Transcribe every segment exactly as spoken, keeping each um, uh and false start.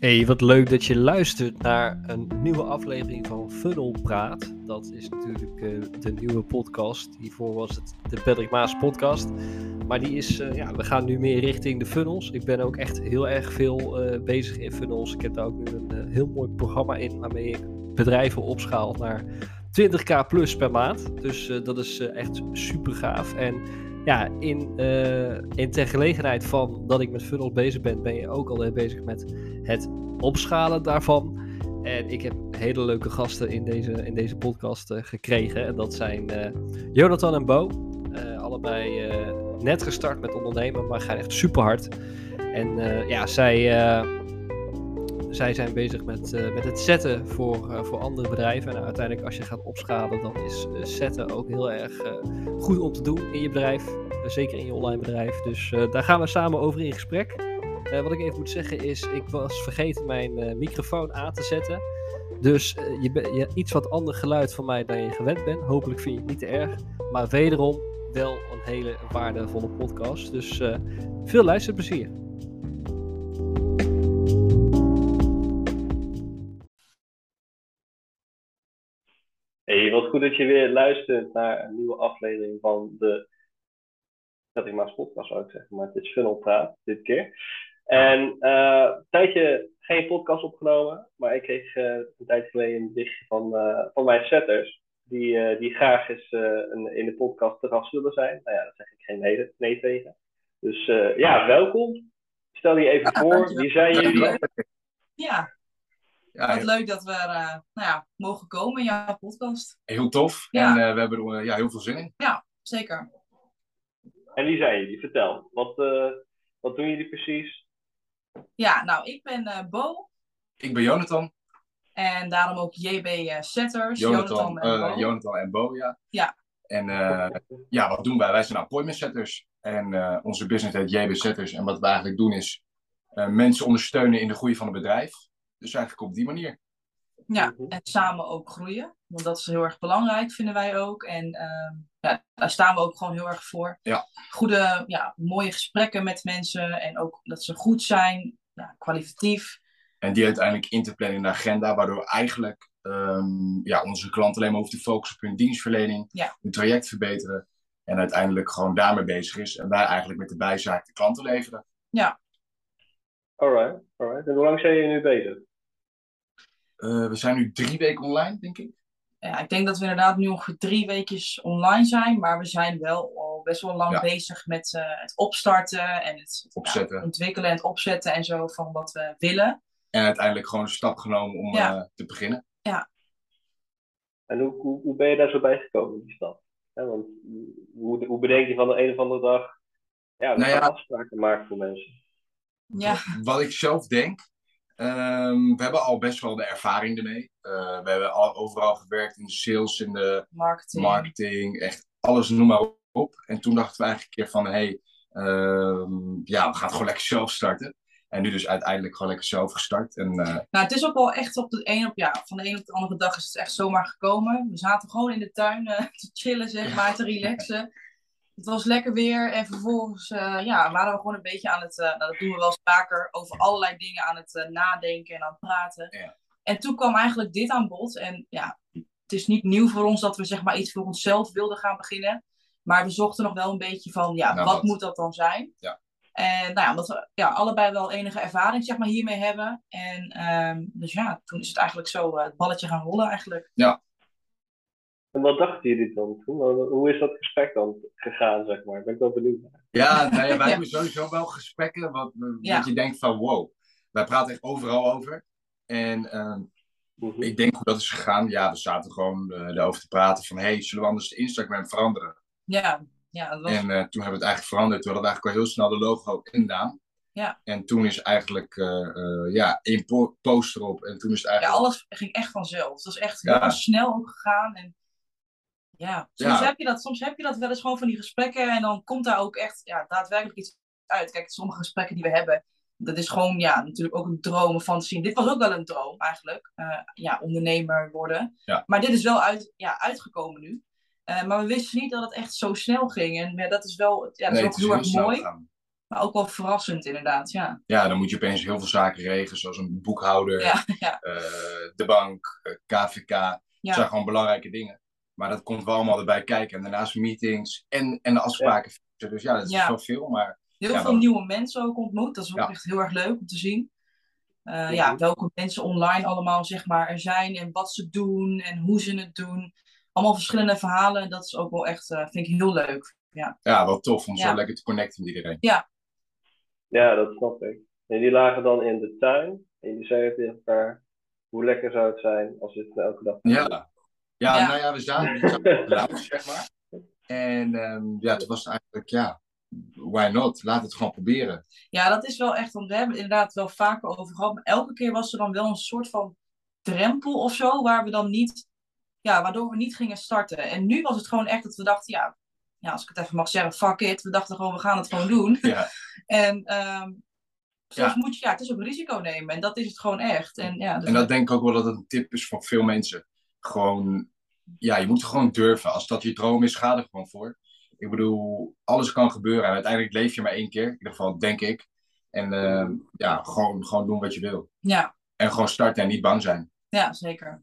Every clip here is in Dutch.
Hey, wat leuk dat je luistert naar een nieuwe aflevering van Funnel Praat. Dat is natuurlijk uh, de nieuwe podcast. Hiervoor was het de Patrick Maas podcast. Maar die is, uh, ja, we gaan nu meer richting de funnels. Ik ben ook echt heel erg veel uh, bezig in funnels. Ik heb daar ook nu een uh, heel mooi programma in waarmee ik bedrijven opschaal naar twintig k plus per maand. Dus uh, dat is uh, echt super gaaf. En ja, in, uh, in ter gelegenheid van dat ik met funnels bezig ben, ben je ook al bezig met het opschalen daarvan. En ik heb hele leuke gasten in deze, in deze podcast uh, gekregen. En dat zijn uh, Jonathan en Bo. Uh, allebei uh, net gestart met ondernemen, maar gaan echt super hard. En uh, ja, zij, uh, zij zijn bezig met, uh, met het zetten voor, uh, voor andere bedrijven. En nou, uiteindelijk als je gaat opschalen, dan is uh, zetten ook heel erg uh, goed om te doen in je bedrijf. Uh, zeker in je online bedrijf. Dus uh, daar gaan we samen over in gesprek. Uh, wat ik even moet zeggen is, ik was vergeten mijn uh, microfoon aan te zetten. Dus uh, je, be- je iets wat ander geluid van mij dan je gewend bent. Hopelijk vind je het niet te erg. Maar wederom wel een hele waardevolle podcast. Dus uh, veel luisterplezier. Hey, wat goed dat je weer luistert naar een nieuwe aflevering van de Patrick Maas podcast, zou ik zeggen. Maar het is Funnel Praat, dit keer. En uh, een tijdje geen podcast opgenomen, maar ik kreeg uh, een tijd geleden een berichtje van, uh, van mijn setters, die, uh, die graag eens uh, een, in de podcast te gast zullen zijn. Nou ja, daar zeg ik geen nee, nee tegen. Dus uh, ja, welkom. Stel je even Ja, voor, dankjewel. wie zijn jullie? Ja, Ja, wat heel, leuk dat we uh, nou ja, mogen komen in jouw podcast. heel tof. Ja. En uh, we hebben er uh, ja, heel veel zin in. Ja, zeker. En wie zijn jullie? Vertel. Wat, uh, wat doen jullie precies? Ja, nou, ik ben uh, Bo. Ik ben Jonathan. En daarom ook J B uh, Setters. Jonathan, Jonathan en uh, Bo. Jonathan en Bo, ja. Ja. En uh, ja, wat doen wij? Wij zijn appointment setters. En uh, onze business heet J B Setters. En wat we eigenlijk doen is uh, mensen ondersteunen in de groei van het bedrijf. Dus eigenlijk op die manier. Ja, en samen ook groeien. Want dat is heel erg belangrijk, vinden wij ook. En uh, ja, daar staan we ook gewoon heel erg voor. Ja. Goede, ja, mooie gesprekken met mensen. En ook dat ze goed zijn, ja, kwalitatief. En die uiteindelijk in te plannen in de agenda. Waardoor eigenlijk um, ja, onze klant alleen maar hoeft te focussen op hun dienstverlening. Ja. Hun traject verbeteren. En uiteindelijk gewoon daarmee bezig is. En wij eigenlijk met de bijzaak de klanten leveren. Ja. Alright, alright. En hoe lang zijn jullie nu bezig? Uh, we zijn nu drie weken online, denk ik. Ja, ik denk dat we inderdaad nu ongeveer drie weekjes online zijn. Maar we zijn wel al best wel lang ja. bezig met uh, het opstarten en het opzetten. Ja, ontwikkelen en het opzetten en zo van wat we willen. En uiteindelijk gewoon een stap genomen om ja. uh, te beginnen. Ja. En hoe, hoe, hoe ben je daar zo bij gekomen, die stap? Ja, want hoe, hoe bedenk je van de een of andere dag ja, we nou gaan ja, afspraken maken voor mensen? Ja. Wat ik zelf denk, um, we hebben al best wel de ervaring ermee. Uh, we hebben al overal gewerkt in de sales, in de marketing, marketing echt alles, noem maar op. En toen dachten we eigenlijk een keer van, hé, hey, um, ja, we gaan het gewoon lekker zelf starten. En nu dus uiteindelijk gewoon lekker zelf gestart. En, uh... nou, het is ook wel echt op de een op, ja, van de een op de andere dag is het echt zomaar gekomen. We zaten gewoon in de tuin uh, te chillen, zeg maar, te relaxen. Het was lekker weer en vervolgens uh, ja, waren we gewoon een beetje aan het, uh, nou, dat doen we wel eens vaker, over allerlei dingen aan het uh, nadenken en aan het praten. Ja. En toen kwam eigenlijk dit aan bod. En ja, het is niet nieuw voor ons dat we zeg maar iets voor onszelf wilden gaan beginnen. Maar we zochten nog wel een beetje van, ja, nou, wat, wat moet dat dan zijn? Ja. En nou ja, omdat we ja, allebei wel enige ervaring zeg maar, hiermee hebben. En um, dus ja, toen is het eigenlijk zo uh, het balletje gaan rollen eigenlijk. Ja. En wat dachten jullie dan toen? Hoe is dat gesprek dan gegaan, zeg maar? Ben ik wel benieuwd naar. Ja, nou ja, wij ja. hebben sowieso wel gesprekken wat, wat ja. je denkt van wow. Wij praten echt overal over. En um, mm-hmm. ik denk hoe dat is gegaan. Ja, we zaten gewoon uh, erover te praten van hey, zullen we anders de Instagram veranderen? Ja. Ja, dat was... En uh, toen hebben we het eigenlijk veranderd. Toen hadden we eigenlijk al heel snel de logo indaan. Ja. En toen is eigenlijk uh, uh, ja, één po- poster op. En toen is het eigenlijk... Ja, alles ging echt vanzelf. Het was echt heel ja. snel ook gegaan. En ja, soms, ja. Heb je dat, soms heb je dat wel eens gewoon van die gesprekken. En dan komt daar ook echt ja, daadwerkelijk iets uit. Kijk, sommige gesprekken die we hebben. Dat is gewoon ja, natuurlijk ook een droom, een fantasie. Dit was ook wel een droom eigenlijk. Uh, ja, ondernemer worden. Ja. Maar dit is wel uit, ja, uitgekomen nu. Uh, maar we wisten niet dat het echt zo snel ging. En ja, dat is wel ja, dat nee, is ook heel erg mooi. Maar ook wel verrassend inderdaad, ja. Ja, dan moet je opeens heel veel zaken regelen, zoals een boekhouder, Ja, ja. uh, de bank, uh, K V K. Ja. Dat zijn gewoon belangrijke dingen. Maar dat komt wel allemaal erbij kijken. En daarnaast meetings en, en de afspraken. Ja. Dus ja, dat is ja. wel veel. Maar, heel ja, veel dan... nieuwe mensen ook ontmoet. Dat is ook ja. echt heel erg leuk om te zien. Uh, ja, welke mensen online allemaal zeg maar, er zijn en wat ze doen en hoe ze het doen. Allemaal verschillende verhalen. Dat is ook wel echt, uh, vind ik heel leuk. Ja, ja wel tof om ja. zo lekker te connecten met iedereen. Ja. Ja, dat snap ik. En die lagen dan in de tuin. En die zeiden tegen elkaar, hoe lekker zou het zijn als we het elke dag doen. Ja. Ja, ja, nou ja, we zaten, we zaten op de lounge, zeg maar. En um, ja, toen was het eigenlijk, ja, why not? Laat het gewoon proberen. Ja, dat is wel echt, want we hebben het inderdaad wel vaker over gehad. Maar elke keer was er dan wel een soort van drempel of zo, waar we dan niet, ja, waardoor we niet gingen starten. En nu was het gewoon echt dat we dachten, ja, ja als ik het even mag zeggen, fuck it. We dachten gewoon, we gaan het gewoon doen. Ja. en um, soms ja. moet je, ja, het is ook een risico nemen. En dat is het gewoon echt. En, ja, dus en dat denk ik ook wel dat het een tip is voor veel mensen. Gewoon, ja, je moet er gewoon durven. Als dat je droom is, ga er gewoon voor. Ik bedoel, alles kan gebeuren. En uiteindelijk leef je maar één keer. In ieder geval, denk ik. En uh, ja, gewoon, gewoon doen wat je wil. Ja. En gewoon starten en niet bang zijn. Ja, zeker.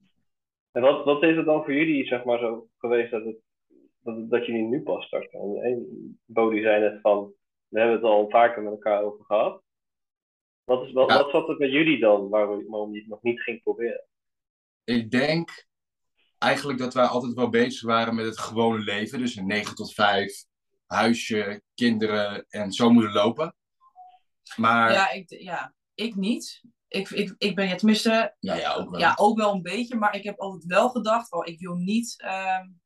En wat, wat is het dan voor jullie, zeg maar, zo geweest dat, het, dat, dat jullie nu pas starten? En Bodie zei net van, we hebben het al vaker met elkaar over gehad. Wat, is, wat, ja. wat zat het met jullie dan, waarom, waarom je het nog niet ging proberen? Ik denk eigenlijk dat wij altijd wel bezig waren met het gewone leven. Dus een negen tot vijf, huisje, kinderen en zo moeten lopen. Maar... Ja, ik, ja, ik niet. Ik, ik, ik ben, ja, tenminste, ja, ja, ook wel. Ja, ook wel een beetje. Maar ik heb altijd wel gedacht, oh, ik wil niet um,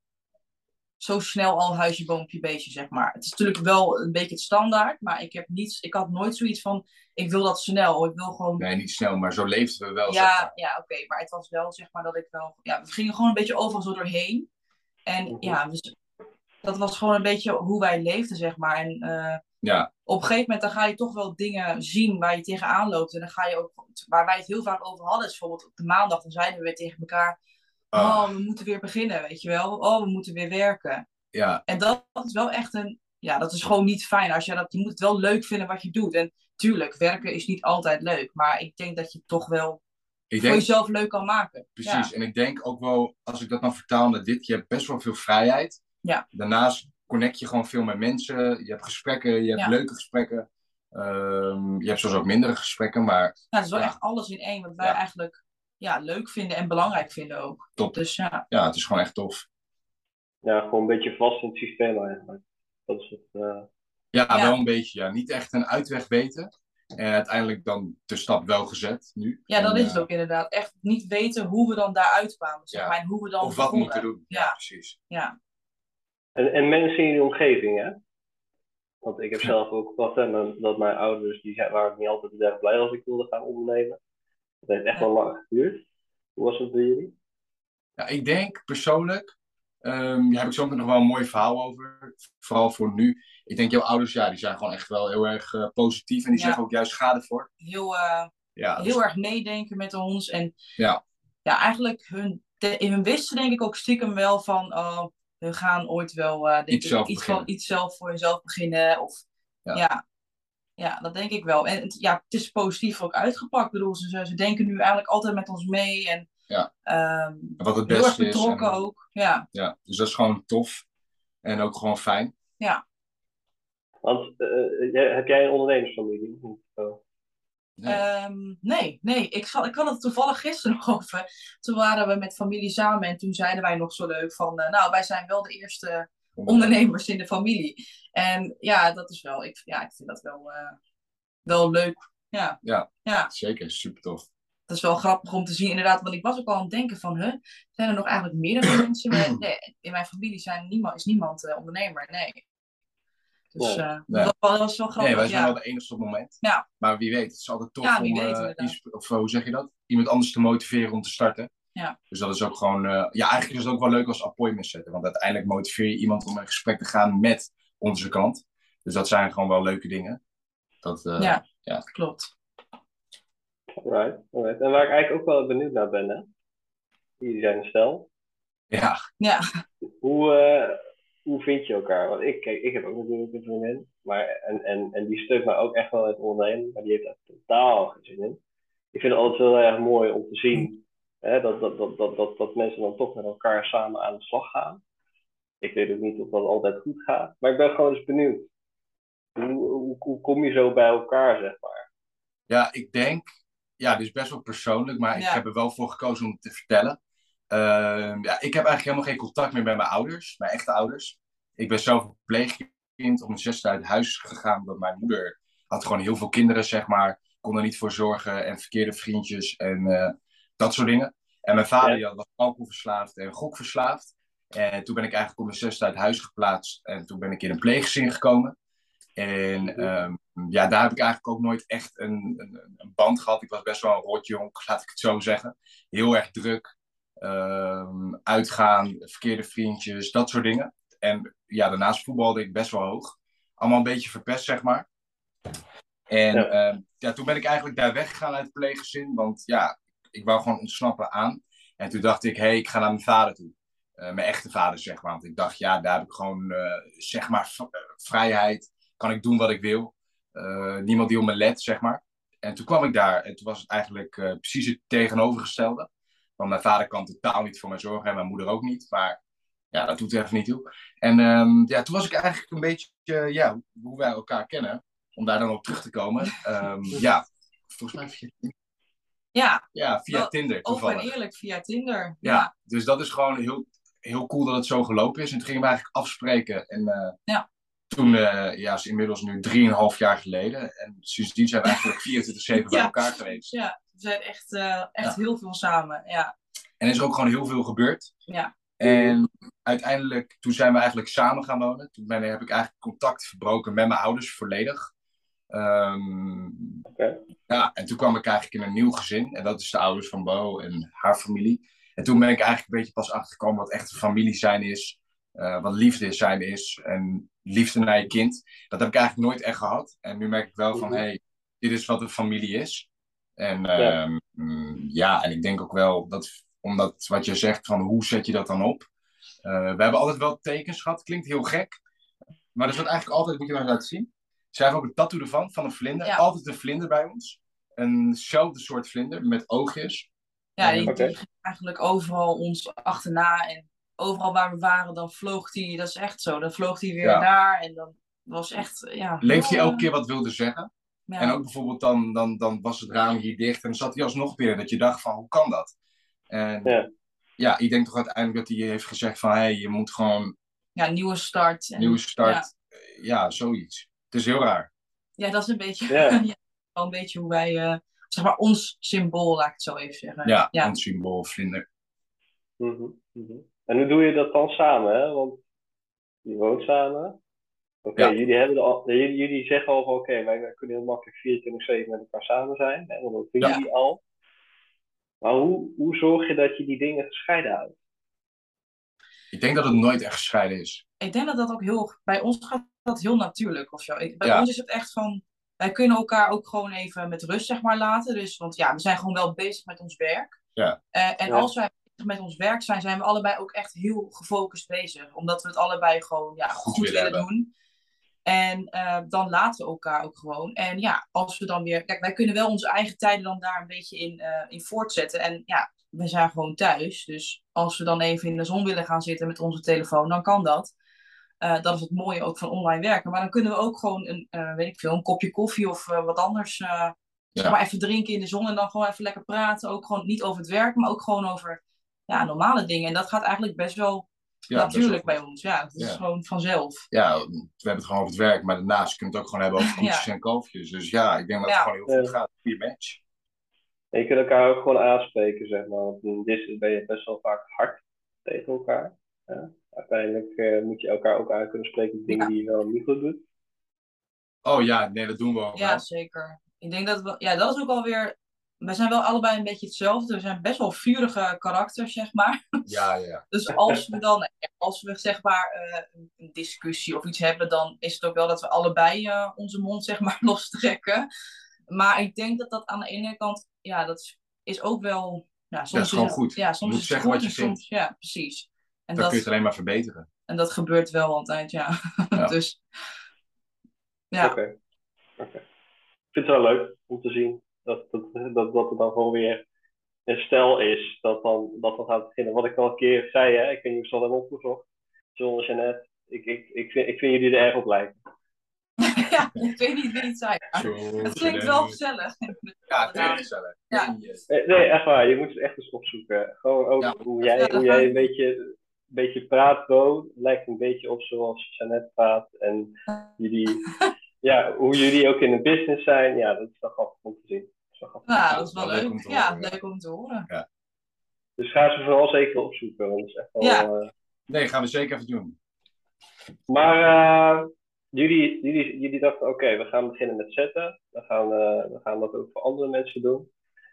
zo snel al huisje, boompje, beestje, zeg maar. Het is natuurlijk wel een beetje het standaard. Maar ik, heb niet, ik had nooit zoiets van, ik wil dat snel. Ik wil gewoon... Nee, niet snel, maar zo leefden we wel. Ja, zeg maar. ja oké. Okay. Maar het was wel, zeg maar, dat ik wel... Ja, we gingen gewoon een beetje overal zo doorheen. En mm-hmm. ja, dus dat was gewoon een beetje hoe wij leefden, zeg maar. En... Uh, ja. Op een gegeven moment dan ga je toch wel dingen zien waar je tegenaan loopt. En dan ga je ook, waar wij het heel vaak over hadden, is bijvoorbeeld op de maandag, dan zeiden we weer tegen elkaar, oh, oh we moeten weer beginnen, weet je wel. Oh, we moeten weer werken. Ja. En dat, dat is wel echt een, ja, dat is gewoon niet fijn. Als je dat, je moet het wel leuk vinden wat je doet. En tuurlijk, werken is niet altijd leuk. Maar ik denk dat je het toch wel ik voor denk, jezelf leuk kan maken. Precies. Ja. En ik denk ook wel, als ik dat dan vertaal naar dit, je hebt best wel veel vrijheid. Ja. Daarnaast connect je gewoon veel met mensen. Je hebt gesprekken, je hebt ja. leuke gesprekken. Um, je hebt soms ook mindere gesprekken, maar... Ja, het is wel ja. echt alles in één, wat wij ja. eigenlijk ja, leuk vinden en belangrijk vinden ook. Top. Dus, ja. ja, het is gewoon echt tof. Ja, gewoon een beetje vast in het systeem eigenlijk. Dat is het... Uh... Ja, ja, wel een beetje. Ja. Niet echt een uitweg weten. En uiteindelijk dan de stap wel gezet, nu. Ja, dat en, is het ook inderdaad. Echt niet weten hoe we dan daaruit kwamen, zeg ja. maar. En hoe we dan of wat begonnen. moeten doen. Ja, ja. precies. Ja. En, en mensen in je omgeving, hè? Want ik heb zelf ook wat, hè, dat mijn ouders, die waren niet altijd erg blij als ik wilde gaan ondernemen. Dat heeft echt ja. wel lang geduurd. Hoe was het bij jullie? Ja, ik denk persoonlijk, um, daar heb ik zo nog wel een mooi verhaal over. Vooral voor nu. Ik denk jouw ouders, ja, die zijn gewoon echt wel heel erg uh, positief. En die ja. zeggen ook juist ga ervoor. Heel, uh, ja, heel dus... erg meedenken met ons. En ja, ja eigenlijk, hun, de, hun wisten denk ik ook stiekem wel van... Oh, we gaan ooit wel uh, denk iets, ik, zelf iets, van, iets zelf voor jezelf beginnen. Of, ja. Ja, ja, dat denk ik wel. En het, ja, het is positief ook uitgepakt. Ik bedoel, ze, ze denken nu eigenlijk altijd met ons mee. En, ja. um, wat het heel beste erg betrokken is. En, ook. Ja. ja, dus dat is gewoon tof. En ook gewoon fijn. Ja. Want uh, heb jij een ondernemersfamilie? Oh. Nee. Um, nee, nee. Ik, zal, ik had het toevallig gisteren nog over. Toen waren we met familie samen en toen zeiden wij nog zo leuk van... Uh, nou, wij zijn wel de eerste ondernemers in de familie. En ja, dat is wel... Ik, ja, ik vind dat wel, uh, wel leuk. Ja. Ja, ja, zeker. Super tof. Dat is wel grappig om te zien inderdaad. Want ik was ook al aan het denken van... Huh, zijn er nog eigenlijk meerdere mensen? Nee, in mijn familie zijn niemand, is niemand uh, ondernemer. Nee. Dus uh, nee. dat was wel grappig. Nee, wij zijn ja. wel de enigste op het moment. Ja. Maar wie weet, het is altijd tof ja, om, weet, uh, iets, of hoe zeg je dat? Iemand anders te motiveren om te starten. Ja. Dus dat is ook gewoon, uh, ja eigenlijk is het ook wel leuk als appointment zetten. Want uiteindelijk motiveer je iemand om in gesprek te gaan met onze klant. Dus dat zijn gewoon wel leuke dingen. Dat, uh, ja, ja, klopt. Alright, alright. En waar ik eigenlijk ook wel benieuwd naar ben, hè? Jullie zijn een stel. Ja. Ja. Hoe... Uh, hoe vind je elkaar? Want ik, kijk, ik heb ook natuurlijk een vriendin. Maar, en, en, en die steunt mij ook echt wel uit ondernemen. Maar die heeft daar totaal geen zin in. Ik vind het altijd heel erg mooi om te zien hè, dat, dat, dat, dat, dat, dat mensen dan toch met elkaar samen aan de slag gaan. Ik weet ook niet of dat altijd goed gaat. Maar ik ben gewoon eens benieuwd. Hoe, hoe, hoe kom je zo bij elkaar, zeg maar? Ja, ik denk... Ja, dit is best wel persoonlijk, maar Ja. ik heb er wel voor gekozen om het te vertellen. Uh, ja, ik heb eigenlijk helemaal geen contact meer met mijn ouders, mijn echte ouders. Ik ben zelf een pleegkind op mijn zesde uit huis gegaan, omdat mijn moeder had gewoon heel veel kinderen, zeg maar. Kon er niet voor zorgen en verkeerde vriendjes en uh, dat soort dingen. En mijn vader ja. die was alcoholverslaafd en gokverslaafd. En toen ben ik eigenlijk op mijn zesde uit huis geplaatst en toen ben ik in een pleeggezin gekomen. En um, ja, daar heb ik eigenlijk ook nooit echt een, een, een band gehad. Ik was best wel een rotjong, laat ik het zo zeggen. Heel erg druk. Um, uitgaan, verkeerde vriendjes, dat soort dingen. En ja, daarnaast voetbalde ik best wel hoog. Allemaal een beetje verpest, zeg maar. En ja. Uh, ja, toen ben ik eigenlijk daar weggegaan uit het pleeggezin. Want ja, ik wou gewoon ontsnappen aan. En toen dacht ik, hé, hey, ik ga naar mijn vader toe. Uh, mijn echte vader, zeg maar. Want ik dacht, ja, daar heb ik gewoon, uh, zeg maar, v- vrijheid. Kan ik doen wat ik wil. Uh, niemand die op me let, zeg maar. En toen kwam ik daar. En toen was het eigenlijk uh, precies het tegenovergestelde. Want mijn vader kan totaal niet voor mij zorgen. En mijn moeder ook niet. Maar ja, dat doet er even niet toe. En um, ja, toen was ik eigenlijk een beetje... Uh, ja, hoe wij elkaar kennen. Om daar dan op terug te komen. Um, ja, volgens mij via Tinder. Ja, ja via wel, Tinder toevallig. Open en eerlijk, via Tinder. Ja, ja, dus dat is gewoon heel, heel cool dat het zo gelopen is. En toen gingen we eigenlijk afspreken. En uh, ja. toen, uh, ja, is inmiddels nu drieënhalf jaar geleden. En sindsdien zijn we eigenlijk vierentwintig zeven bij ja. elkaar geweest. Ja, we zijn echt, uh, echt ja. heel veel samen, ja. En er is ook gewoon heel veel gebeurd. Ja. En uiteindelijk, toen zijn we eigenlijk samen gaan wonen. Toen ben, heb ik eigenlijk contact verbroken met mijn ouders volledig. Um, okay. Ja, en toen kwam ik eigenlijk in een nieuw gezin. En dat is de ouders van Bo en haar familie. En toen ben ik eigenlijk een beetje pas achtergekomen wat echt een familie zijn is. Uh, wat liefde zijn is. En liefde naar je kind. Dat heb ik eigenlijk nooit echt gehad. En nu merk ik wel van, hé, hey, dit is wat een familie is. En uh, ja. Um, ja, en ik denk ook wel dat, omdat wat je zegt van hoe zet je dat dan op. Uh, we hebben altijd wel tekens gehad. Klinkt heel gek. Maar er zat eigenlijk altijd, moet je maar eens laten zien. Ze hebben ook een tattoo ervan, van een vlinder. Ja. Altijd een vlinder bij ons. Eenzelfde soort vlinder, met oogjes. Ja, die, okay. die ging eigenlijk overal ons achterna. En overal waar we waren, dan vloog hij, dat is echt zo. Dan vloog hij weer ja. daar. En dan was echt, ja... Leeft hij elke keer wat wilde zeggen. Ja. En ook bijvoorbeeld dan, dan, dan was het raam hier dicht. En dan zat hij alsnog weer. Dat je dacht van, hoe kan dat? En ja, ja ik denk toch uiteindelijk dat hij heeft gezegd van... Hé, hey, je moet gewoon... Ja, nieuwe start. En, nieuwe start. Ja. ja, zoiets. Het is heel raar. Ja, dat is een beetje, yeah. ja, een beetje hoe wij, uh, zeg maar, ons symbool, laat ik het zo even zeggen. Ja, ja. ons symbool, vlinder. Mm-hmm, mm-hmm. En hoe doe je dat dan samen, hè? Want je woont samen. Oké, okay, ja. jullie, hebben al, jullie, jullie zeggen al van, oké, okay, wij, wij kunnen heel makkelijk vierentwintig zeven met elkaar samen zijn. Hè? Want dat vinden jullie ja. al. Maar hoe, hoe zorg je dat je die dingen gescheiden houdt? Ik denk dat het nooit echt gescheiden is. Ik denk dat dat ook heel... Bij ons gaat dat heel natuurlijk of zo. Ik, bij ja. ons is het echt van... Wij kunnen elkaar ook gewoon even met rust, zeg maar, laten. Dus, want ja, we zijn gewoon wel bezig met ons werk. Ja. Uh, en ja. als wij bezig met ons werk zijn, zijn we allebei ook echt heel gefocust bezig. Omdat we het allebei gewoon ja, goed, goed willen hebben. doen. En uh, dan laten we elkaar ook gewoon. En ja, als we dan weer... Kijk, wij kunnen wel onze eigen tijden dan daar een beetje in, uh, in voortzetten. En ja, we zijn gewoon thuis. Dus als we dan even in de zon willen gaan zitten met onze telefoon, dan kan dat. Uh, dat is het mooie ook van online werken. Maar dan kunnen we ook gewoon een, uh, weet ik veel, een kopje koffie of uh, wat anders uh, ja. zeg maar even drinken in de zon. En dan gewoon even lekker praten. Ook gewoon niet over het werk, maar ook gewoon over ja, normale dingen. En dat gaat eigenlijk best wel ja, natuurlijk bij ons. Ja, het is ja. gewoon vanzelf. Ja, we hebben het gewoon over het werk. Maar daarnaast kunnen we het ook gewoon hebben over koetjes ja. en kalfjes. Dus ja, ik denk dat het ja. gewoon heel goed gaat. Goeie match. En je kunt elkaar ook gewoon aanspreken, zeg maar. Want in Disney ben je best wel vaak hard tegen elkaar. Ja. Uiteindelijk uh, moet je elkaar ook aan kunnen spreken op dingen ja. die je wel niet goed doet. Oh ja, nee, dat doen we ook. Ja, wel. Zeker. Ik denk dat we, ja, dat is ook alweer. We zijn wel allebei een beetje hetzelfde. We zijn best wel vurige karakters, zeg maar. Ja, ja. Dus als we dan, als we zeg maar uh, een discussie of iets hebben, dan is het ook wel dat we allebei uh, onze mond, zeg maar, lostrekken. Maar ik denk dat dat aan de ene kant, ja, dat is ook wel. Ja, soms dat is gewoon is het, goed. Ja, soms je moet is zeggen het goed wat je en vindt. soms, ja, precies. En dan dat, kun je het alleen maar verbeteren. En dat gebeurt wel altijd, ja. Ja. Dus, ja. Oké. Okay. Okay. Ik vind het wel leuk om te zien dat, dat, dat, dat er dan gewoon weer een stel is dat dan, dat dan gaat beginnen. Wat ik al een keer zei, hè, ik weet niet of ze al hebben opgezocht. John en Jeannette, ik, ik, ik, vind, ik vind jullie er erg op lijken. Ja, ik weet niet wie het zei. Het klinkt wel gezellig. Ja, het klinkt gezellig. Ja. Nee, nee, echt waar. Je moet het echt eens opzoeken. Gewoon ook Ja. hoe jij, hoe jij een beetje, een beetje praat, Bo. Lijkt een beetje op zoals Jeannette praat. En jullie, ja, hoe jullie ook in de business zijn. Ja, dat is wel grappig om te zien. Ja, dat is wel leuk leuk. om te Ja, horen. leuk om te horen. Ja. Dus ga ze vooral zeker opzoeken. Want het is echt wel, Ja. uh... Nee, gaan we zeker even doen. Maar uh, jullie, jullie, jullie dachten, oké, okay, we gaan beginnen met zetten. We gaan, uh, we gaan dat ook voor andere mensen doen.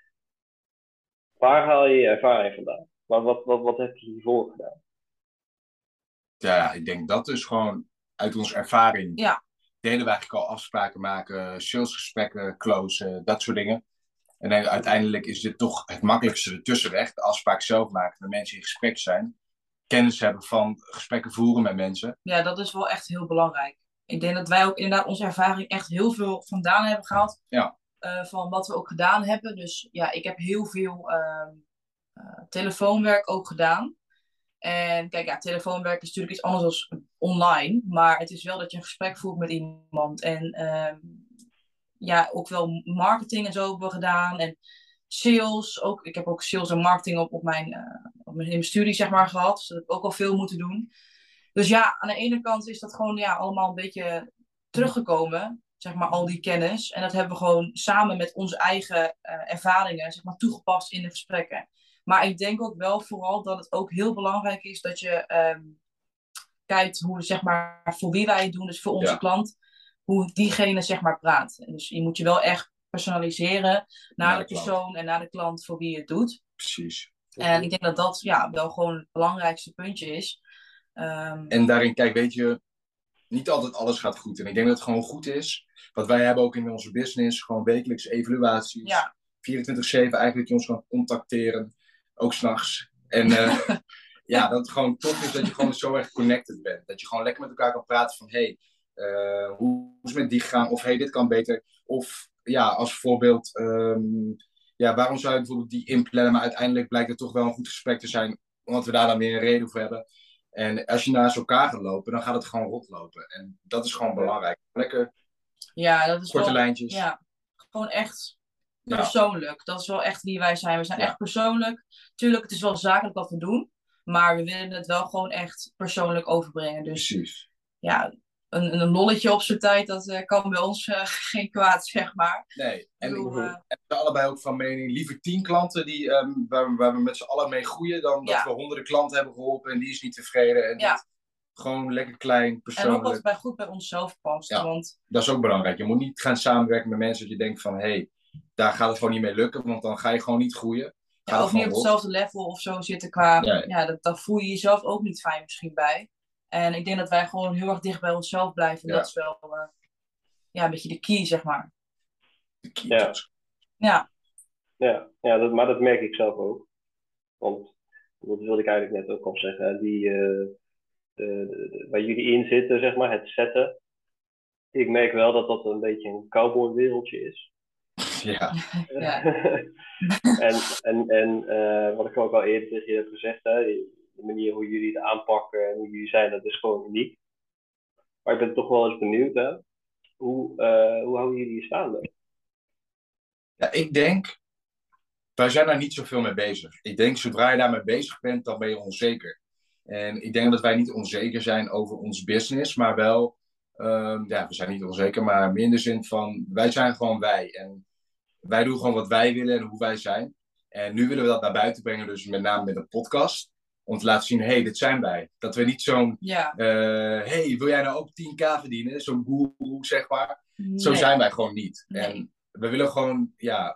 Waar haal je je ervaring vandaan? Maar wat, wat, wat heb je hiervoor gedaan? Ja, ik denk dat dus gewoon uit onze ervaring. Ja. Deden we eigenlijk al afspraken maken, salesgesprekken, closen, dat soort dingen. En dan, uiteindelijk is dit toch het makkelijkste ertussenweg. De afspraak zelf maken, met mensen in gesprek zijn. Kennis hebben van gesprekken voeren met mensen. Ja, dat is wel echt heel belangrijk. Ik denk dat wij ook inderdaad onze ervaring echt heel veel vandaan hebben gehaald. Ja. Uh, van wat we ook gedaan hebben. Dus ja, ik heb heel veel uh, uh, telefoonwerk ook gedaan. En kijk, ja, telefoonwerk is natuurlijk iets anders dan online. Maar het is wel dat je een gesprek voert met iemand. En uh, ja, ook wel marketing en zo hebben we gedaan. En sales. Ook, ik heb ook sales en marketing op, op, mijn, uh, op mijn, in mijn studie zeg maar gehad. Dus dat heb ik ook al veel moeten doen. Dus ja, aan de ene kant is dat gewoon ja, allemaal een beetje teruggekomen. Zeg maar al die kennis. En dat hebben we gewoon samen met onze eigen uh, ervaringen zeg maar, toegepast in de gesprekken. Maar ik denk ook wel vooral dat het ook heel belangrijk is dat je um, kijkt hoe, zeg maar, voor wie wij het doen, dus voor onze Ja. klant, hoe diegene zeg maar praat. Dus je moet je wel echt personaliseren naar de, de persoon en naar de klant voor wie je het doet. Precies. En ik denk dat dat ja, wel gewoon het belangrijkste puntje is. Um, en daarin, kijk, weet je, niet altijd alles gaat goed. En ik denk dat het gewoon goed is. Wat wij hebben ook in onze business, gewoon wekelijks evaluaties. Ja. vierentwintig zeven eigenlijk je ons kan contacteren. Ook s'nachts. En uh, ja, dat het gewoon tof is dat je gewoon zo erg connected bent. Dat je gewoon lekker met elkaar kan praten van, hé, hey, uh, hoe is het met die gegaan? Of hé, hey, dit kan beter. Of ja, als voorbeeld, um, ja, waarom zou je bijvoorbeeld die inplannen? Maar uiteindelijk blijkt het toch wel een goed gesprek te zijn. Omdat we daar dan weer een reden voor hebben. En als je naast elkaar gaat lopen, dan gaat het gewoon rotlopen. En dat is gewoon belangrijk. Lekker ja, dat is korte wel, lijntjes. Ja, gewoon echt persoonlijk. Ja. Dat is wel echt wie wij zijn. We zijn ja. echt persoonlijk. Tuurlijk, het is wel zakelijk wat we doen. Maar we willen het wel gewoon echt persoonlijk overbrengen. Dus Precies. Ja, een, een lolletje op zijn tijd, dat uh, kan bij ons uh, geen kwaad, zeg maar. Nee, en bedoel, we uh... zijn allebei ook van mening, liever tien klanten die, um, waar, waar we met z'n allen mee groeien, dan dat ja. we honderden klanten hebben geholpen en die is niet tevreden. En ja. dit, gewoon lekker klein, persoonlijk. En ook wat bij goed bij onszelf past. Ja, want... dat is ook belangrijk. Je moet niet gaan samenwerken met mensen dat je denkt van, hé, hey, daar gaat het gewoon niet mee lukken, want dan ga je gewoon niet groeien. Ja, ook niet op hetzelfde level of zo zitten qua, ja, ja, dat, dat voel je jezelf ook niet fijn misschien bij. En ik denk dat wij gewoon heel erg dicht bij onszelf blijven. En ja. dat is wel uh, ja, een beetje de key, zeg maar. De key. Ja. Ja. Ja, ja dat, maar dat merk ik zelf ook. Want, dat wilde ik eigenlijk net ook al zeggen, die, uh, de, de, de, waar jullie in zitten, zeg maar, het zetten. Ik merk wel dat dat een beetje een cowboy-wereldje is. Ja. ja. en en, en uh, wat ik ook al eerder tegen je heb gezegd, hè, de manier hoe jullie het aanpakken en hoe jullie zijn, dat is gewoon uniek. Maar ik ben toch wel eens benieuwd, hè? Hoe, uh, hoe houden jullie staande? Ja, ik denk, wij zijn daar niet zoveel mee bezig. Ik denk, zodra je daarmee bezig bent, dan ben je onzeker. En ik denk dat wij niet onzeker zijn over ons business, maar wel, um, ja, we zijn niet onzeker, maar meer in de zin van, wij zijn gewoon wij. En wij doen gewoon wat wij willen en hoe wij zijn. En nu willen we dat naar buiten brengen, dus met name met een podcast. Om te laten zien, hé, hey, dit zijn wij. Dat we niet zo'n, ja. uh, hey, wil jij nou ook tien k verdienen? Zo'n goeroe, zeg maar. Nee. Zo zijn wij gewoon niet. Nee. En we willen gewoon, ja...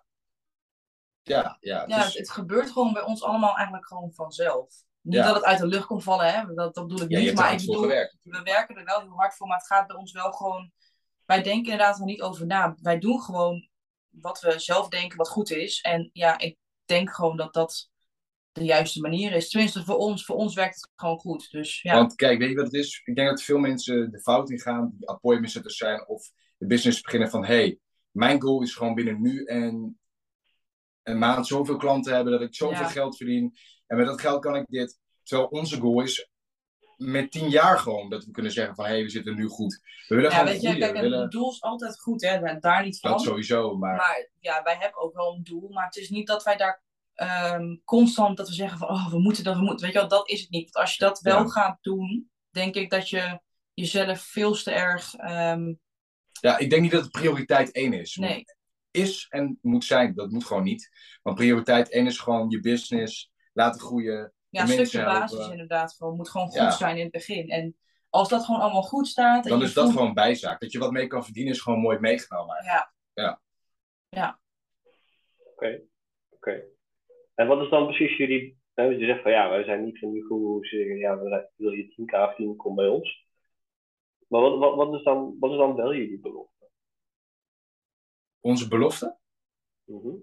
Ja, ja, ja dus... het, het gebeurt gewoon bij ons allemaal eigenlijk gewoon vanzelf. Niet ja. dat het uit de lucht komt vallen, hè? Dat, dat bedoel ik ja, niet. Maar ik bedoel, gewerkt, we werken er wel heel hard voor, maar het gaat bij ons wel gewoon... Wij denken inderdaad er niet over na. Wij doen gewoon wat we zelf denken wat goed is. En ja, ik denk gewoon dat dat de juiste manier is. Tenminste, voor ons, voor ons werkt het gewoon goed. Dus, ja. Want kijk, weet je wat het is? Ik denk dat veel mensen de fout ingaan die appointmentsetters zijn of de business beginnen van hey, mijn goal is gewoon binnen nu en een maand zoveel klanten hebben dat ik zoveel Ja. geld verdien. En met dat geld kan ik dit. Terwijl onze goal is met tien jaar gewoon dat we kunnen zeggen van hé, hey, we zitten nu goed. We willen Ja, gewoon weet je, groeien. kijk, We willen... een doel is altijd goed, hè? Daar niet van. Dat sowieso, maar... Maar ja, wij hebben ook wel een doel. Maar het is niet dat wij daar um, constant dat we zeggen van oh, we moeten dat, we moeten. Weet je wel, dat is het niet. Want als je dat wel Ja. gaat doen, denk ik dat je jezelf veel te erg... Um... Ja, ik denk niet dat het prioriteit één is. Nee. Is en moet zijn, dat moet gewoon niet. Want prioriteit één is gewoon je business laten groeien. Ja, een stukje basis inderdaad. Gewoon, moet gewoon goed ja. zijn in het begin. En als dat gewoon allemaal goed staat... Dan is dat voelt... gewoon bijzaak. Dat je wat mee kan verdienen is gewoon mooi meegenomen. Ja. Ja. Ja. Oké. Okay. Oké. Okay. En wat is dan precies jullie... Je zegt van ja, wij zijn niet van die goeroes. Ja, wil je tien k verdienen, kom bij ons. Maar wat, wat, wat, is dan, wat is dan wel jullie belofte? Onze belofte? Mm-hmm.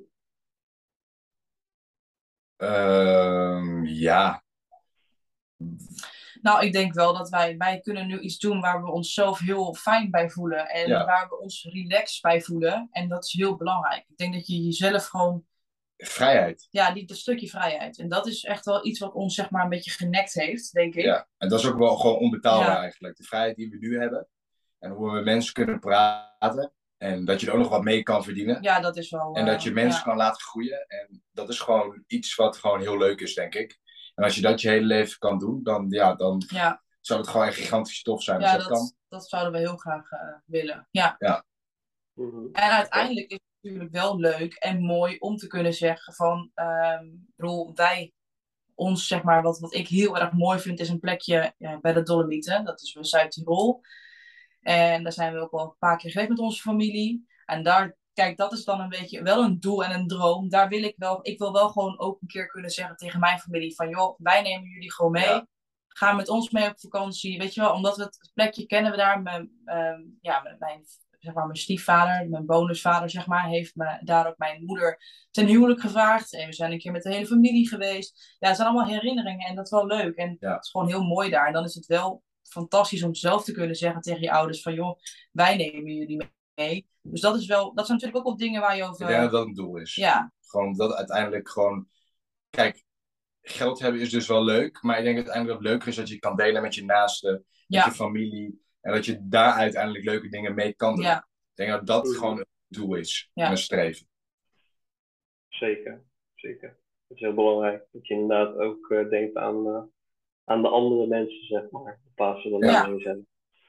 Uh, ja. Nou, ik denk wel dat wij, wij kunnen nu iets doen waar we onszelf heel fijn bij voelen. En ja. waar we ons relaxed bij voelen. En dat is heel belangrijk. Ik denk dat je jezelf gewoon... Vrijheid. Ja, die, dat stukje vrijheid. En dat is echt wel iets wat ons zeg maar een beetje genekt heeft, denk ik. Ja, en dat is ook wel gewoon onbetaalbaar ja. eigenlijk. De vrijheid die we nu hebben. En hoe we met mensen kunnen praten. En dat je er ook nog wat mee kan verdienen. Ja, dat is wel... En dat je mensen ja. kan laten groeien. En dat is gewoon iets wat gewoon heel leuk is, denk ik. En als je dat je hele leven kan doen, dan, ja, dan ja. zou het gewoon een gigantisch tof zijn. Ja, als dat, dat, kan. dat zouden we heel graag uh, willen. Ja. ja. En uiteindelijk is het natuurlijk wel leuk en mooi om te kunnen zeggen van... Um, bedoel, wij, ons zeg maar, wat, wat ik heel erg mooi vind, is een plekje ja, bij de Dolomieten. Dat is bij Zuid-Tirol. En daar zijn we ook al een paar keer geweest met onze familie. En daar, kijk, dat is dan een beetje wel een doel en een droom. Daar wil ik wel, ik wil wel gewoon ook een keer kunnen zeggen tegen mijn familie van... joh, wij nemen jullie gewoon mee. Ja. Ga met ons mee op vakantie. Weet je wel, omdat we het plekje kennen we daar. Mijn, um, ja, met mijn, zeg maar, mijn stiefvader, mijn bonusvader, zeg maar, heeft me, daar ook mijn moeder ten huwelijk gevraagd. En we zijn een keer met de hele familie geweest. Ja, het zijn allemaal herinneringen en dat is wel leuk. En ja. het is gewoon heel mooi daar. En dan is het wel... fantastisch om zelf te kunnen zeggen tegen je ouders van joh, wij nemen jullie mee. Dus dat is wel, dat zijn natuurlijk ook wel dingen waar je over... Ik denk dat dat een doel is. Ja. Gewoon dat uiteindelijk gewoon... Kijk, geld hebben is dus wel leuk, maar ik denk dat uiteindelijk dat het leuker is dat je kan delen met je naasten, met ja. je familie. En dat je daar uiteindelijk leuke dingen mee kan doen. Ja. Ik denk dat dat gewoon een doel is. Ja. En een streven. Zeker, zeker. Dat is heel belangrijk. Dat je inderdaad ook uh, denkt aan... Uh... aan de andere mensen, zeg maar. In plaats van de ja. zijn.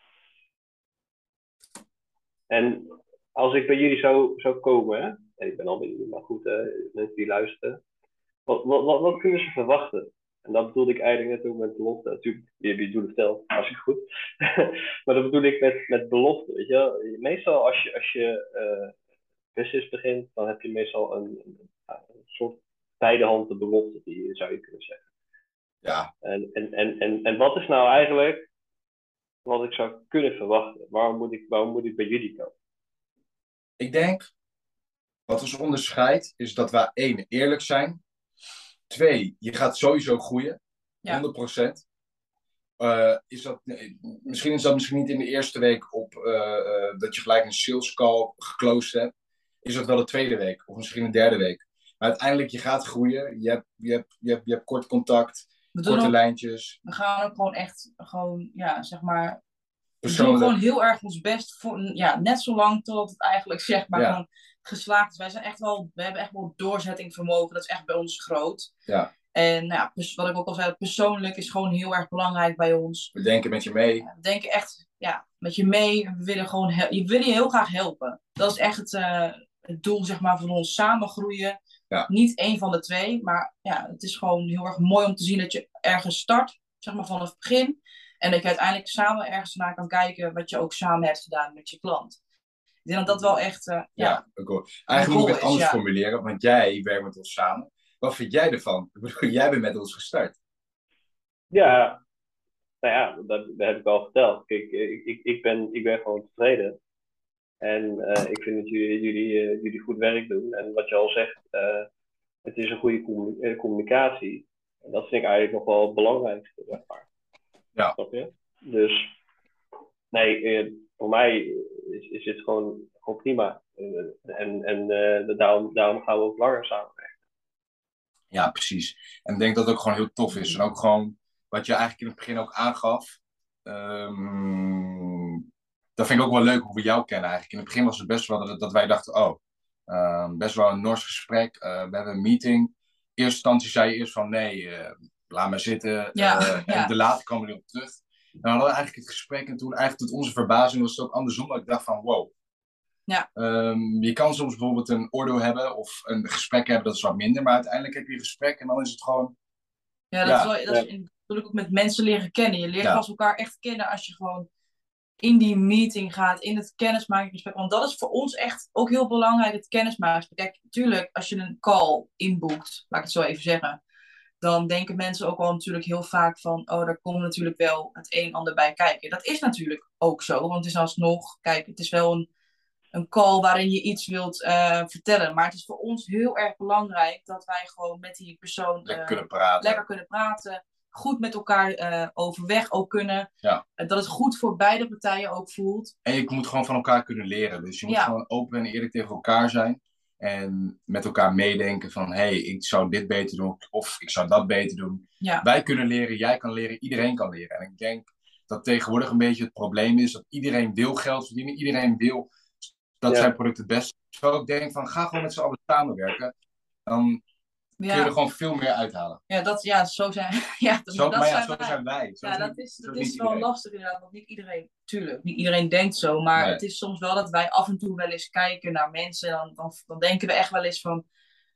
En als ik bij jullie zou, zou komen, hè? En ik ben al bij jullie, maar goed, uh, mensen die luisteren. Wat, wat, wat, wat kunnen ze verwachten? En dat bedoelde ik eigenlijk net ook met belofte. Natuurlijk, je hebt je doelen verteld, hartstikke goed. Maar dat bedoel ik met, met belofte, weet je wel. Meestal als je, als je uh, business begint, dan heb je meestal een, een, een soort beidehanden belofte, die zou je kunnen zeggen. Ja. En, en, en, en, en wat is nou eigenlijk wat ik zou kunnen verwachten? Waarom moet ik, waarom moet ik bij jullie komen? Ik denk, wat ons onderscheidt, is dat we één, eerlijk zijn. Twee, je gaat sowieso groeien. Ja. honderd procent. Uh, is dat, misschien is dat misschien niet in de eerste week op uh, uh, dat je gelijk een sales call geclosed hebt. Is dat wel de tweede week of misschien de derde week. Maar uiteindelijk, je gaat groeien. Je hebt, je hebt, je hebt, je hebt kort contact. We korte ook, lijntjes. We gaan ook gewoon echt, gewoon, ja, zeg maar... We doen gewoon heel erg ons best voor, ja, net zo lang totdat het eigenlijk, zeg maar, ja. gewoon geslaagd is. Wij zijn echt wel, we hebben echt wel doorzettingsvermogen. Dat is echt bij ons groot. Ja. En nou, wat ik ook al zei, persoonlijk is gewoon heel erg belangrijk bij ons. We denken met je mee. We denken echt, ja, met je mee. We willen gewoon, je willen je heel graag helpen. Dat is echt het, uh, het doel, zeg maar, van ons samen groeien. Ja. Niet één van de twee, maar ja, het is gewoon heel erg mooi om te zien dat je ergens start, zeg maar, vanaf het begin. En dat je uiteindelijk samen ergens naar kan kijken wat je ook samen hebt gedaan met je klant. Ik denk dat dat wel echt... Uh, ja, ja ook eigenlijk moet ik het anders is, ja. formuleren, want jij werkt met ons samen. Wat vind jij ervan? Ik bedoel, jij bent met ons gestart. Ja, nou ja, dat, dat heb ik al verteld. Kijk, ik, ik, ik, ben, ik ben gewoon tevreden. En uh, ik vind dat jullie, jullie, uh, jullie goed werk doen. En wat je al zegt, uh, het is een goede communicatie. En dat vind ik eigenlijk nog wel het belangrijkste, zeg maar. Ja. Snap je? Dus, nee, eh, voor mij is, is het gewoon, gewoon prima. Uh, en en uh, daarom, daarom gaan we ook langer samenwerken. Ja, precies. En ik denk dat het ook gewoon heel tof is. En ook gewoon, wat je eigenlijk in het begin ook aangaf. Um, dat vind ik ook wel leuk hoe we jou kennen eigenlijk. In het begin was het best wel dat, dat wij dachten, oh, um, best wel een Noors gesprek. Uh, we hebben een meeting. In eerste instantie zei je eerst van, nee, uh, laat maar zitten. Ja, uh, ja. En de later komen we erop terug. En dan hadden we eigenlijk het gesprek. En toen eigenlijk tot onze verbazing was het ook andersom. Dat ik dacht van, wow. Ja. Um, je kan soms bijvoorbeeld een oordeel hebben of een gesprek hebben, dat is wat minder. Maar uiteindelijk heb je een gesprek en dan is het gewoon... Ja, dat, ja. Is, wel, dat ja. is natuurlijk ook met mensen leren kennen. Je leert ja. pas elkaar echt kennen als je gewoon in die meeting gaat, in het kennismakingsgesprek. Want dat is voor ons echt ook heel belangrijk, het kennismakingsgesprek. Kijk, natuurlijk, als je een call inboekt, laat ik het zo even zeggen, dan denken mensen ook al natuurlijk heel vaak van, oh, daar komt natuurlijk wel het een en ander bij kijken. Dat is natuurlijk ook zo, want het is alsnog, kijk, het is wel een een call waarin je iets wilt uh, vertellen. Maar het is voor ons heel erg belangrijk dat wij gewoon met die persoon uh, lekker, kunnen praten. lekker kunnen praten. Goed met elkaar uh, overweg ook kunnen. Ja. Uh, dat het goed voor beide partijen ook voelt. En je moet gewoon van elkaar kunnen leren. Dus je moet ja. gewoon open en eerlijk tegen elkaar zijn. En met elkaar meedenken van, hé, hey, ik zou dit beter doen. Of ik zou dat beter doen. Ja. Wij kunnen leren, jij kan leren, iedereen kan leren. En ik denk dat tegenwoordig een beetje het probleem is dat iedereen wil geld verdienen. Iedereen wil... dat ja. zijn product het beste. Terwijl ik denk van, ga gewoon met z'n allen samenwerken. Dan ja. kun je er gewoon veel meer uithalen. Ja, dat, ja zo zijn, ja, dat, zo, dat maar ja, zijn zo wij. zijn wij. Zo ja, zijn, dat is, zo dat is is wel iedereen. lastig inderdaad. Want niet iedereen, tuurlijk, niet iedereen denkt zo. Maar nee. Het is soms wel dat wij af en toe wel eens kijken naar mensen. Dan, dan, dan denken we echt wel eens van...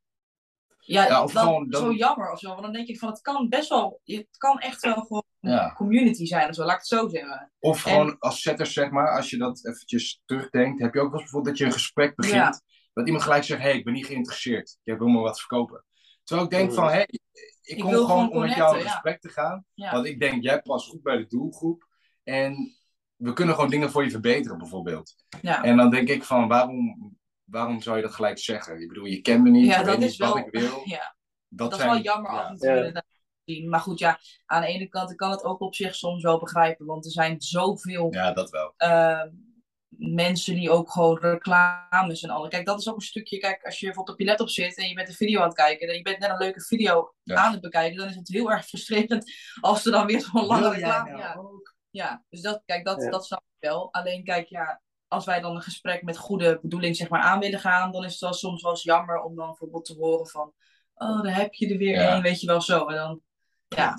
Ja, ja of dan, gewoon, dan... zo jammer of zo. Want dan denk ik van, het kan best wel... Het kan echt wel gewoon ja. een community zijn of zo. Laat ik het zo zeggen. Of en... gewoon als zetters, zeg maar. Als je dat eventjes terugdenkt. Heb je ook wel eens bijvoorbeeld dat je een gesprek begint. Ja. Dat iemand gelijk zegt, hé, hey, ik ben niet geïnteresseerd. Ik wil maar wat verkopen. Terwijl ik denk van, hé, hey, ik, ik kom gewoon, gewoon om met jou in gesprek ja. te gaan. Ja. Want ik denk, jij past goed bij de doelgroep. En we kunnen gewoon dingen voor je verbeteren, bijvoorbeeld. Ja. En dan denk ik van, waarom... Waarom zou je dat gelijk zeggen? Ik bedoel, je kent me niet, ja, je dat weet is niet wel, wat ik wil. Ja. Dat, dat zijn, is wel jammer ja. af en toe ja. inderdaad zien. Maar goed, ja, aan de ene kant ik kan het ook op zich soms wel begrijpen. Want er zijn zoveel ja, dat wel. Uh, mensen die ook gewoon reclames en alle. Kijk, dat is ook een stukje, kijk, als je bijvoorbeeld op je laptop zit en je bent een video aan het kijken en je bent net een leuke video ja. aan het bekijken, dan is het heel erg frustrerend als er dan weer zo'n lange reclame... Nou ja. ja, dus dat, kijk, dat, ja. dat snap ik wel. Alleen, kijk, ja... Als wij dan een gesprek met goede bedoeling zeg maar, aan willen gaan, dan is het wel soms wel eens jammer om dan bijvoorbeeld te horen van, oh, daar heb je er weer ja. één, weet je wel zo. En dan, ja.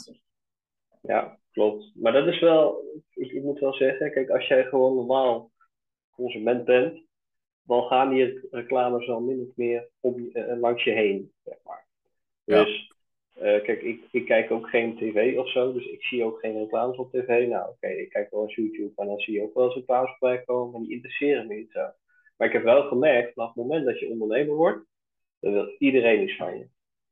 Ja, klopt. Maar dat is wel, ik, ik moet wel zeggen, kijk, als jij gewoon normaal consument bent, dan gaan die reclames wel min of meer om, uh, langs je heen, zeg maar. Ja. Dus, uh, kijk, ik, ik kijk ook geen tv of zo, dus ik zie ook geen reclames op tv. Nou, oké, okay, ik kijk wel eens YouTube en dan zie je ook wel eens reclames voorbij komen, maar die interesseren me niet zo. Maar ik heb wel gemerkt, vanaf het moment dat je ondernemer wordt, dan wil iedereen iets van je.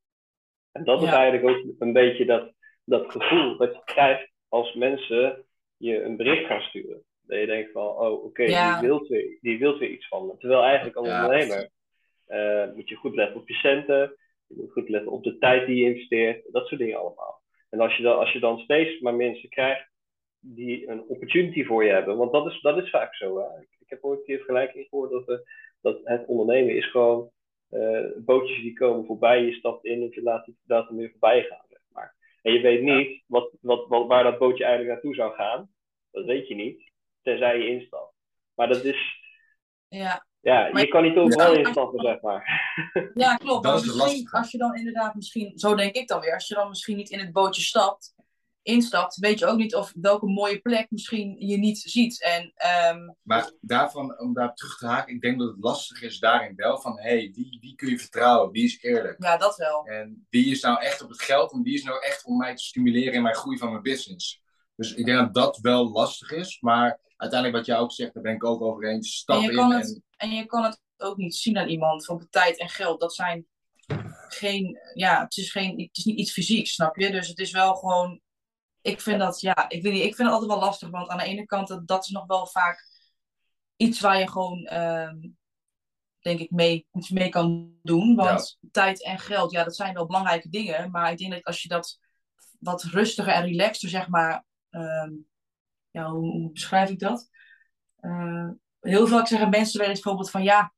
En dat ja. is eigenlijk ook een beetje dat, dat gevoel dat je krijgt als mensen je een bericht gaan sturen. Dat je denkt van, oh, oké, okay, ja. die, wilt weer, die wilt weer iets van me. Terwijl eigenlijk als ja. ondernemer uh, moet je goed letten op je centen. Je moet goed letten op de tijd die je investeert. Dat soort dingen allemaal. En als je dan, als je dan steeds maar mensen krijgt die een opportunity voor je hebben. Want dat is, dat is vaak zo. Hè? Ik heb ooit een keer vergelijking gehoord dat, we, dat het ondernemen is gewoon uh, bootjes die komen voorbij. Je stapt in en je laat die dat weer voorbij gaan. Zeg maar. En je weet niet wat, wat, wat, waar dat bootje eigenlijk naartoe zou gaan. Dat weet je niet. Tenzij je instapt. Maar dat is... Ja. Ja, maar je kan niet overal ja, instappen, zeg maar. Ja, klopt. Dat maar is misschien, als je dan inderdaad misschien, zo denk ik dan weer, als je dan misschien niet in het bootje stapt, instapt, weet je ook niet of welke mooie plek misschien je niet ziet. En, um... Maar daarvan, om daar terug te haken, ik denk dat het lastig is daarin wel van, hé, hey, wie, wie kun je vertrouwen? Wie is eerlijk? Ja, dat wel. En wie is nou echt op het geld en wie is nou echt om mij te stimuleren in mijn groei van mijn business? Dus ik denk dat dat wel lastig is, maar uiteindelijk wat jij ook zegt, daar ben ik ook over eens. Stap en, je in kan het, en... en je kan het ook niet zien aan iemand van tijd en geld. Dat zijn geen, ja, het is, geen, het is niet iets fysieks, snap je? Dus het is wel gewoon, ik vind dat, ja, ik weet niet, ik vind het altijd wel lastig, want aan de ene kant, dat, dat is nog wel vaak iets waar je gewoon, um, denk ik, mee, iets mee kan doen. Want ja. tijd en geld, ja, dat zijn wel belangrijke dingen, maar ik denk dat als je dat wat rustiger en relaxter, zeg maar. Um, ja, hoe, hoe beschrijf ik dat? Uh, heel vaak zeggen mensen wel eens bijvoorbeeld van ja,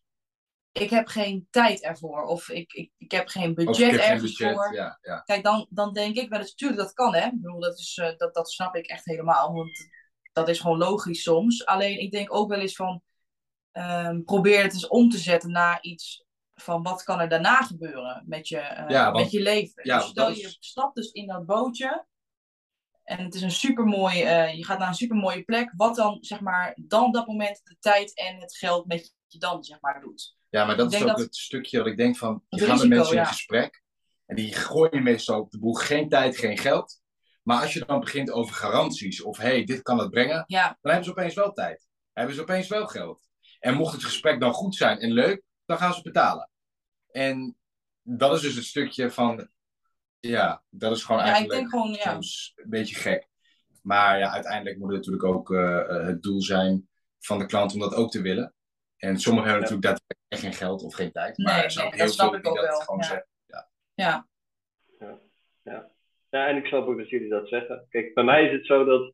ik heb geen tijd ervoor. Of ik, ik, ik heb geen budget heb ergens geen budget, voor. Ja, ja. Kijk, dan, dan denk ik wel eens, natuurlijk dat kan hè. Ik bedoel, dat, is, uh, dat, dat snap ik echt helemaal. Want dat is gewoon logisch soms. Alleen ik denk ook wel eens van, um, probeer het eens om te zetten naar iets van wat kan er daarna gebeuren met je, uh, ja, want, met je leven. Ja, dus stel is... je stapt dus in dat bootje. En het is een supermooi, uh, je gaat naar een supermooie plek. Wat dan, zeg maar, dan op dat moment de tijd en het geld met je dan, zeg maar, doet. Ja, maar dat ik is ook dat... het stukje dat ik denk van, je het gaat risico, met mensen ja. in gesprek. En die gooien meestal op de boel geen tijd, geen geld. Maar als je dan begint over garanties of hé, hey, dit kan het brengen. Ja. Dan hebben ze opeens wel tijd. Dan hebben ze opeens wel geld. En mocht het gesprek dan goed zijn en leuk, dan gaan ze betalen. En dat is dus het stukje van, ja, dat is gewoon ja, eigenlijk ik denk gewoon, ja. soms een beetje gek. Maar ja, uiteindelijk moet het natuurlijk ook uh, het doel zijn van de klant om dat ook te willen. En sommigen hebben ja. natuurlijk daadwerkelijk echt geen geld of geen tijd. Maar nee, er zijn nee, ook heel veel die dat wel. gewoon ja. zeggen. Ja. Ja. Ja. Ja. Ja, en ik snap ook dat jullie dat zeggen. Kijk, bij mij is het zo dat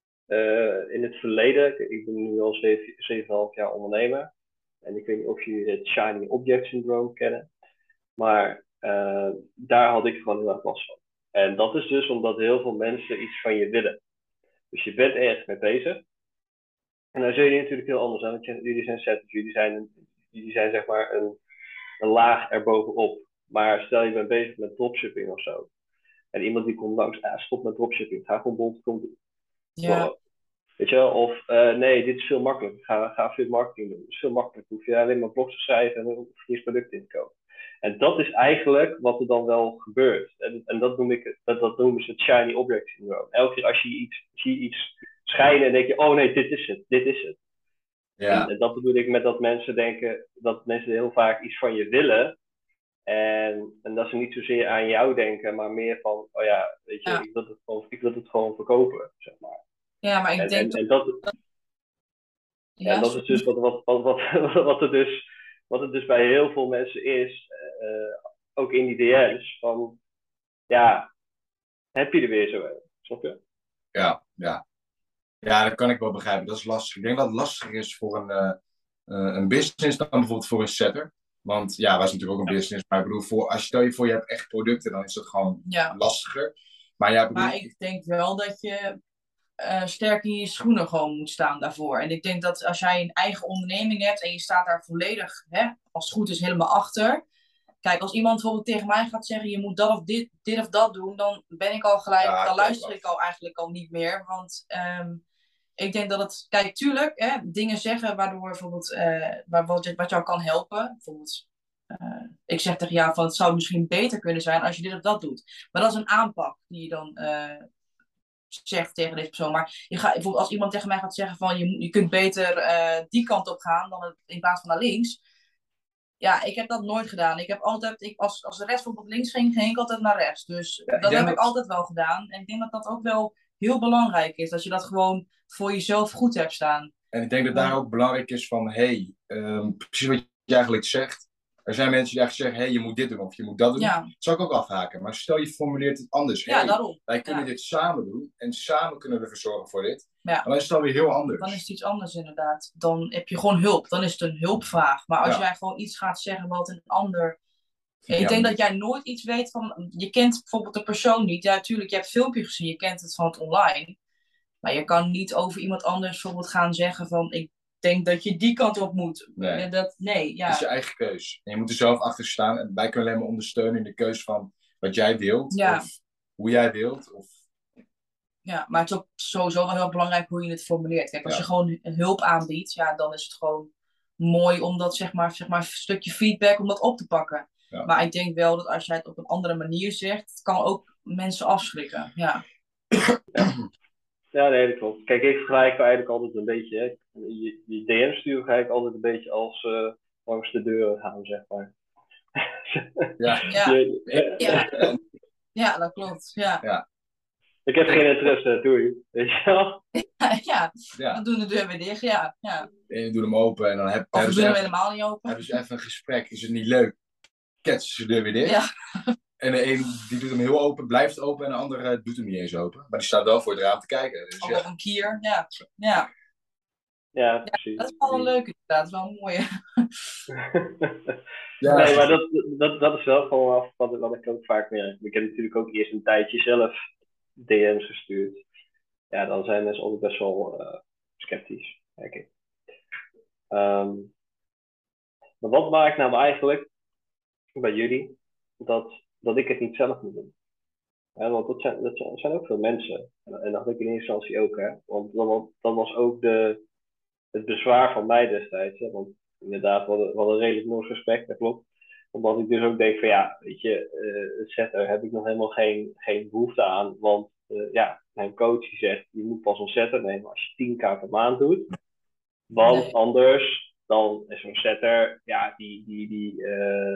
uh, in het verleden, kijk, ik ben nu al zeven komma vijf jaar ondernemer. En ik weet niet of jullie het Shiny Object Syndrome kennen. Maar uh, daar had ik gewoon heel erg last van. En dat is dus omdat heel veel mensen iets van je willen. Dus je bent ergens mee bezig. En dan zul je natuurlijk heel anders aan. Want jullie zijn setters, jullie zijn, jullie zijn zeg maar een, een laag erbovenop. Maar stel je bent bezig met dropshipping of zo. En iemand die komt langs, ah, stop met dropshipping, ga gewoon bol punt com doen. Ja. Wow. Weet je wel? Of uh, nee, dit is veel makkelijker. Ga, ga veel marketing doen. Het is veel makkelijker. Hoef je alleen maar blogs te schrijven en dan hoef je eens producten in te kopen. En dat is eigenlijk wat er dan wel gebeurt. En, en dat, noem ik, dat, dat noemen ze het shiny object syndrome. Elke keer als je iets, zie iets schijnen en denk je, oh nee, dit is het, dit is het. Ja. En, en dat bedoel ik met dat mensen denken, dat mensen heel vaak iets van je willen. En, en dat ze niet zozeer aan jou denken, maar meer van, oh ja, weet je, ja. ik, wil het gewoon, ik wil het gewoon verkopen, zeg maar. Ja, maar ik en, denk... En, en dat, ja, en dat is dus wat, wat, wat, wat, wat er dus... Wat het dus bij heel veel mensen is, uh, ook in die D M's, van ja, heb je er weer zo een, snap je? Ja, ja. Ja, dat kan ik wel begrijpen. Dat is lastig. Ik denk dat het lastiger is voor een, uh, uh, een business dan bijvoorbeeld voor een setter. Want ja, wij zijn natuurlijk ook een business. Maar ik bedoel, voor, als je stel je voor je hebt echt producten, dan is dat gewoon ja. lastiger. Maar, ja, bedoel, maar ik denk wel dat je uh, sterk in je schoenen gewoon moet staan daarvoor. En ik denk dat als jij een eigen onderneming hebt en je staat daar volledig, hè, als het goed is, helemaal achter. Kijk, als iemand bijvoorbeeld tegen mij gaat zeggen, je moet dat of dit, dit of dat doen, dan ben ik al gelijk, ja, dan luister ik al eigenlijk al niet meer. Want um, ik denk dat het, kijk, tuurlijk, hè, dingen zeggen waardoor bijvoorbeeld, uh, waar, wat, wat jou kan helpen. Bijvoorbeeld, uh, ik zeg tegen jou van, het zou misschien beter kunnen zijn als je dit of dat doet. Maar dat is een aanpak die je dan uh, zegt tegen deze persoon. Maar je gaat, bijvoorbeeld als iemand tegen mij gaat zeggen van, je, je kunt beter uh, die kant op gaan dan in plaats van naar links. Ja, ik heb dat nooit gedaan. Ik heb altijd, ik, als, als de rest bijvoorbeeld links ging, ging ik altijd naar rechts. Dus ja, dat heb dat... ik altijd wel gedaan. En ik denk dat dat ook wel heel belangrijk is. Dat je dat gewoon voor jezelf goed hebt staan. En ik denk dat daar ook belangrijk is van, hé, hey, um, precies wat je eigenlijk zegt. Er zijn mensen die eigenlijk zeggen, hé, hey, je moet dit doen of je moet dat doen. Ja. Dat zou ik ook afhaken. Maar stel je formuleert het anders. Ja, hey, daarom. wij kunnen ja. dit samen doen. En samen kunnen we ervoor zorgen voor dit. Ja. Maar dan is het dan weer heel anders. Dan is het iets anders inderdaad. Dan heb je gewoon hulp. Dan is het een hulpvraag. Maar als ja. jij gewoon iets gaat zeggen wat een ander... Ja, ik denk dat jij nooit iets weet van... Je kent bijvoorbeeld de persoon niet. Ja, natuurlijk, je hebt het filmpje gezien. Je kent het van het online. Maar je kan niet over iemand anders bijvoorbeeld gaan zeggen van... Ik denk dat je die kant op moet. Nee, dat, nee ja. dat is je eigen keus. En je moet er zelf achter staan. En wij kunnen alleen maar ondersteunen in de keus van wat jij wilt. Ja. Of hoe jij wilt. Of... Ja, maar het is ook sowieso wel heel belangrijk hoe je het formuleert. Kijk, als ja. je gewoon hulp aanbiedt, ja, dan is het gewoon mooi om dat, zeg maar, zeg maar, een stukje feedback om dat op te pakken. Ja. Maar ik denk wel dat als jij het op een andere manier zegt, het kan ook mensen afschrikken. Ja. Ja. Ja, nee, dat klopt. Kijk, ik vergelijk eigenlijk altijd een beetje, hè. Je, je D M sturen ga ik altijd een beetje als uh, langs de deur gaan, zeg maar. Ja. Ja. Je, ja. Ja, dat klopt. Ja. Ja. Ik heb geen interesse, doei. Weet je wel? Ja, ja. ja. Dan doen de deur weer dicht, ja. ja. En je doet hem open en dan heb, of hebben we ze doen even, hem helemaal niet open. Hebben ze even een gesprek, is het niet leuk? Ketsen ze de deur weer dicht. Ja. En de een die doet hem heel open, blijft open. En de andere doet hem niet eens open. Maar die staat wel voor het raam te kijken. Dus, Of ja. op een kier, ja. Ja. Ja, Ja, precies. dat is wel een leuke, inderdaad. Dat is wel een mooie. Ja, nee, maar dat, dat, dat is wel gewoon wat, wat ik ook vaak merk. Ik heb natuurlijk ook eerst een tijdje zelf D M's gestuurd. Ja, dan zijn mensen altijd best wel uh, sceptisch, denk ik. Um, maar wat maakt nou eigenlijk bij jullie dat, dat ik het niet zelf moet doen? Ja, want dat zijn, dat zijn ook veel mensen. En, en dat had ik in eerste instantie ook, hè. Want dat, dat was ook de, het bezwaar van mij destijds. Hè? Want inderdaad, we hadden, we hadden een redelijk mooi gesprek, dat klopt. Omdat ik dus ook denk van ja, weet je, uh, setter heb ik nog helemaal geen, geen behoefte aan. Want uh, ja, mijn coach die zegt, je moet pas een setter nemen als je tien k per maand doet. Want nee. anders, dan is zo'n setter, ja, die, die, die, uh,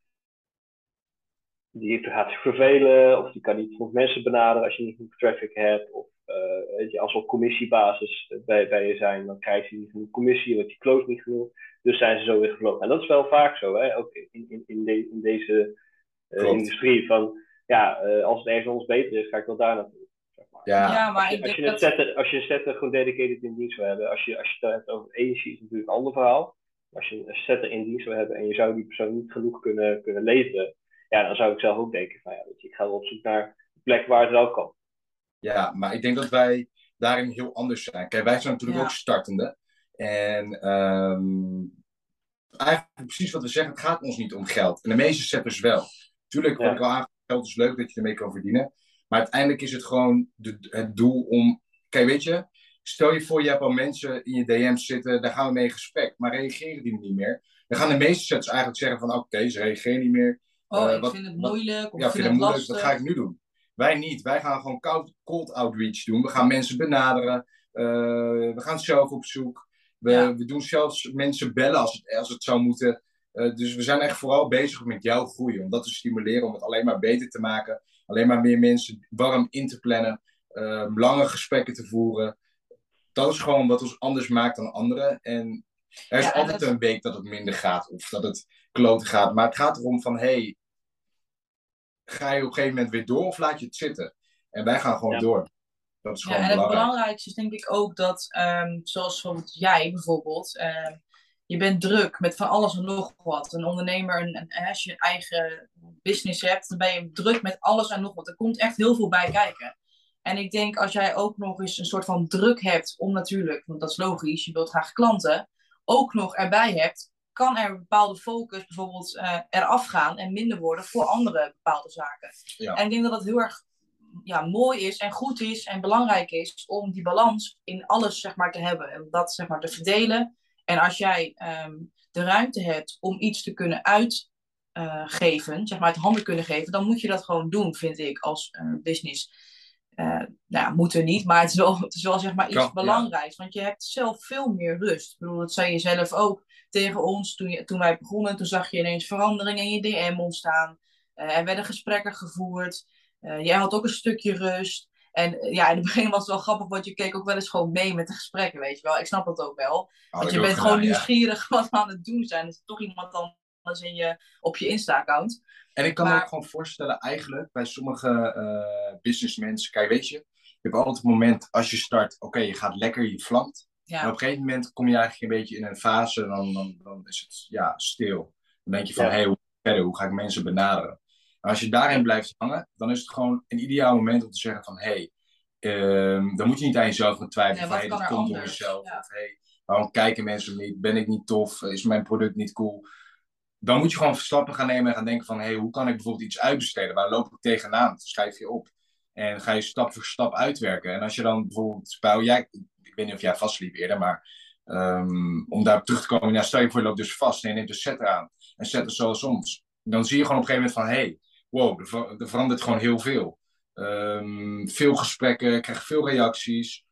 die gaat zich vervelen. Of die kan niet genoeg mensen benaderen als je niet genoeg traffic hebt. Of uh, weet je, als we op commissiebasis bij, bij je zijn, dan krijg je niet genoeg commissie, want die close niet genoeg. Dus zijn ze zo weer gevlogen. En dat is wel vaak zo, hè? Ook in, in, in, de, in deze uh, industrie. Van, ja, uh, als het ergens anders beter is, ga ik wel daar naartoe. Zeg maar. Ja, ja, maar als je, ik als je, denk een dat... setter, als je een setter gewoon dedicated in dienst wil hebben, als je, als je het hebt over energie, is het natuurlijk een ander verhaal. Maar als je een setter in dienst wil hebben en je zou die persoon niet genoeg kunnen, kunnen leveren, ja, dan zou ik zelf ook denken van, ja, weet je, ik ga wel op zoek naar een plek waar het wel kan. Ja, maar ik denk dat wij daarin heel anders zijn. Kijk, wij zijn natuurlijk ja. ook startende. En um, eigenlijk precies wat we zeggen, het gaat ons niet om geld. En de meeste setters wel. Tuurlijk, wat ja. ik al aangegeven, geld is leuk dat je ermee kan verdienen. Maar uiteindelijk is het gewoon de, het doel om... Kijk, weet je, stel je voor, je hebt al mensen in je D M's zitten, daar gaan we mee in gesprek. Maar reageren die niet meer? Dan gaan de meeste setters eigenlijk zeggen van, oké, okay, ze reageren niet meer. Oh, uh, ik wat, vind het moeilijk. Wat, ja, ik vind het moeilijk, wat ga ik nu doen? Wij niet. Wij gaan gewoon cold, cold outreach doen. We gaan mensen benaderen. Uh, we gaan zelf op zoek. We, ja. we doen zelfs mensen bellen als het, als het zou moeten. Uh, dus we zijn echt vooral bezig met jouw groei. Om dat te stimuleren. Om het alleen maar beter te maken. Alleen maar meer mensen warm in te plannen. Uh, lange gesprekken te voeren. Dat is gewoon wat ons anders maakt dan anderen. En er is ja, altijd dat... een week dat het minder gaat. Of dat het kloten gaat. Maar het gaat erom van... Hey, ga je op een gegeven moment weer door of laat je het zitten? En wij gaan gewoon ja. door. Dat is gewoon ja, en belangrijk. Het belangrijkste is denk ik ook dat, um, zoals bijvoorbeeld jij bijvoorbeeld, uh, je bent druk met van alles en nog wat. Een ondernemer, een, een, als je een eigen business hebt, dan ben je druk met alles en nog wat. Er komt echt heel veel bij kijken. En ik denk als jij ook nog eens een soort van druk hebt om natuurlijk, want dat is logisch, je wilt graag klanten, ook nog erbij hebt, kan er een bepaalde focus bijvoorbeeld uh, eraf gaan en minder worden voor andere bepaalde zaken. Ja. En ik denk dat dat heel erg ja, mooi is en goed is en belangrijk is om die balans in alles zeg maar, te hebben. En dat zeg maar, te verdelen. En als jij um, de ruimte hebt om iets te kunnen uitgeven, uh, zeg maar uit handen kunnen geven, dan moet je dat gewoon doen, vind ik, als uh, business. Uh, nou ja, moeten niet, maar het is wel, het is wel zeg maar iets kan, belangrijks. Ja. Want je hebt zelf veel meer rust. Ik bedoel, dat zei je zelf ook tegen ons toen, je, toen wij begonnen. Toen zag je ineens veranderingen in je D M ontstaan. Uh, er werden gesprekken gevoerd. Uh, jij had ook een stukje rust. En uh, ja, in het begin was het wel grappig, want je keek ook wel eens gewoon mee met de gesprekken, weet je wel. Ik snap dat ook wel. Oh, want je bent gewoon gedaan, nieuwsgierig ja. wat we aan het doen zijn. Er is toch iemand anders in je, op je Insta-account. En ik kan maar... me ook gewoon voorstellen, eigenlijk, bij sommige uh, businessmensen, kijk, weet je, je hebt altijd het moment als je start, oké, okay, je gaat lekker, je vlamt. Ja. En op een gegeven moment kom je eigenlijk een beetje in een fase, dan, dan, dan is het ja, stil. Dan denk je van, hé, ja. hey, hoe verder, hoe ga ik mensen benaderen? En als je daarin blijft hangen, dan is het gewoon een ideaal moment om te zeggen van, hé, hey, um, dan moet je niet aan jezelf gaan twijfelen nee, van, hé, hey, dat komt door jezelf. Ja. Of, hé, hey, waarom kijken mensen niet? Ben ik niet tof? Is mijn product niet cool? Dan moet je gewoon stappen gaan nemen en gaan denken van, hé, hey, hoe kan ik bijvoorbeeld iets uitbesteden? Waar loop ik tegenaan? Schrijf je op. En ga je stap voor stap uitwerken. En als je dan bijvoorbeeld, bij, jij, ik weet niet of jij vastliep eerder, maar um, om daar terug te komen, nou, stel je voor je loopt dus vast en je neemt een setter aan. En setter zoals ons. Dan zie je gewoon op een gegeven moment van, hé, hey, wow, er, ver, er verandert gewoon heel veel. Um, veel gesprekken, krijg veel reacties.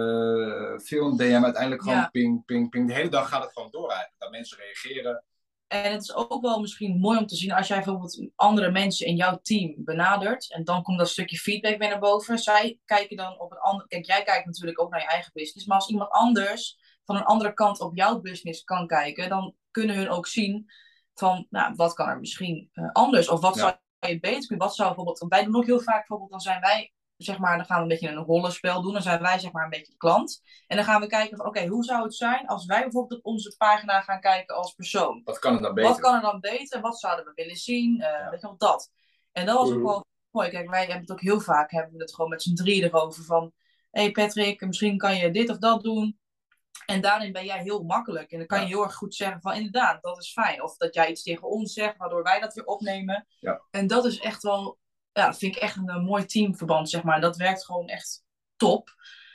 Uh, veel D M, uiteindelijk gewoon ja. ping, ping, ping. De hele dag gaat het gewoon door eigenlijk. Dat mensen reageren. En het is ook wel misschien mooi om te zien als jij bijvoorbeeld andere mensen in jouw team benadert. En dan komt dat stukje feedback weer naar boven. Zij kijken dan op een andere... Kijk, jij kijkt natuurlijk ook naar je eigen business. Maar als iemand anders van een andere kant op jouw business kan kijken, dan kunnen hun ook zien van, nou, wat kan er misschien uh, anders? Of wat ja. zou je beter kunnen? Wat zou bijvoorbeeld, want wij doen ook heel vaak bijvoorbeeld, dan zijn wij, zeg maar, dan gaan we een beetje een rollenspel doen. Dan zijn wij, zeg maar, een beetje de klant. En dan gaan we kijken van, oké, okay, hoe zou het zijn als wij bijvoorbeeld op onze pagina gaan kijken als persoon? Wat kan er dan beter? Wat kan er dan beter? Wat zouden we willen zien? Uh, ja. Weet je wel, dat. En dat was ook wel mooi. Kijk, wij hebben het ook heel vaak, hebben we het gewoon met z'n drieën erover van, hé hey Patrick, misschien kan je dit of dat doen. En daarin ben jij heel makkelijk. En dan kan je heel erg goed zeggen van, inderdaad, dat is fijn. Of dat jij iets tegen ons zegt, waardoor wij dat weer opnemen. Ja. En dat is echt wel, ja, dat vind ik echt een, een mooi teamverband, zeg maar. Dat werkt gewoon echt top.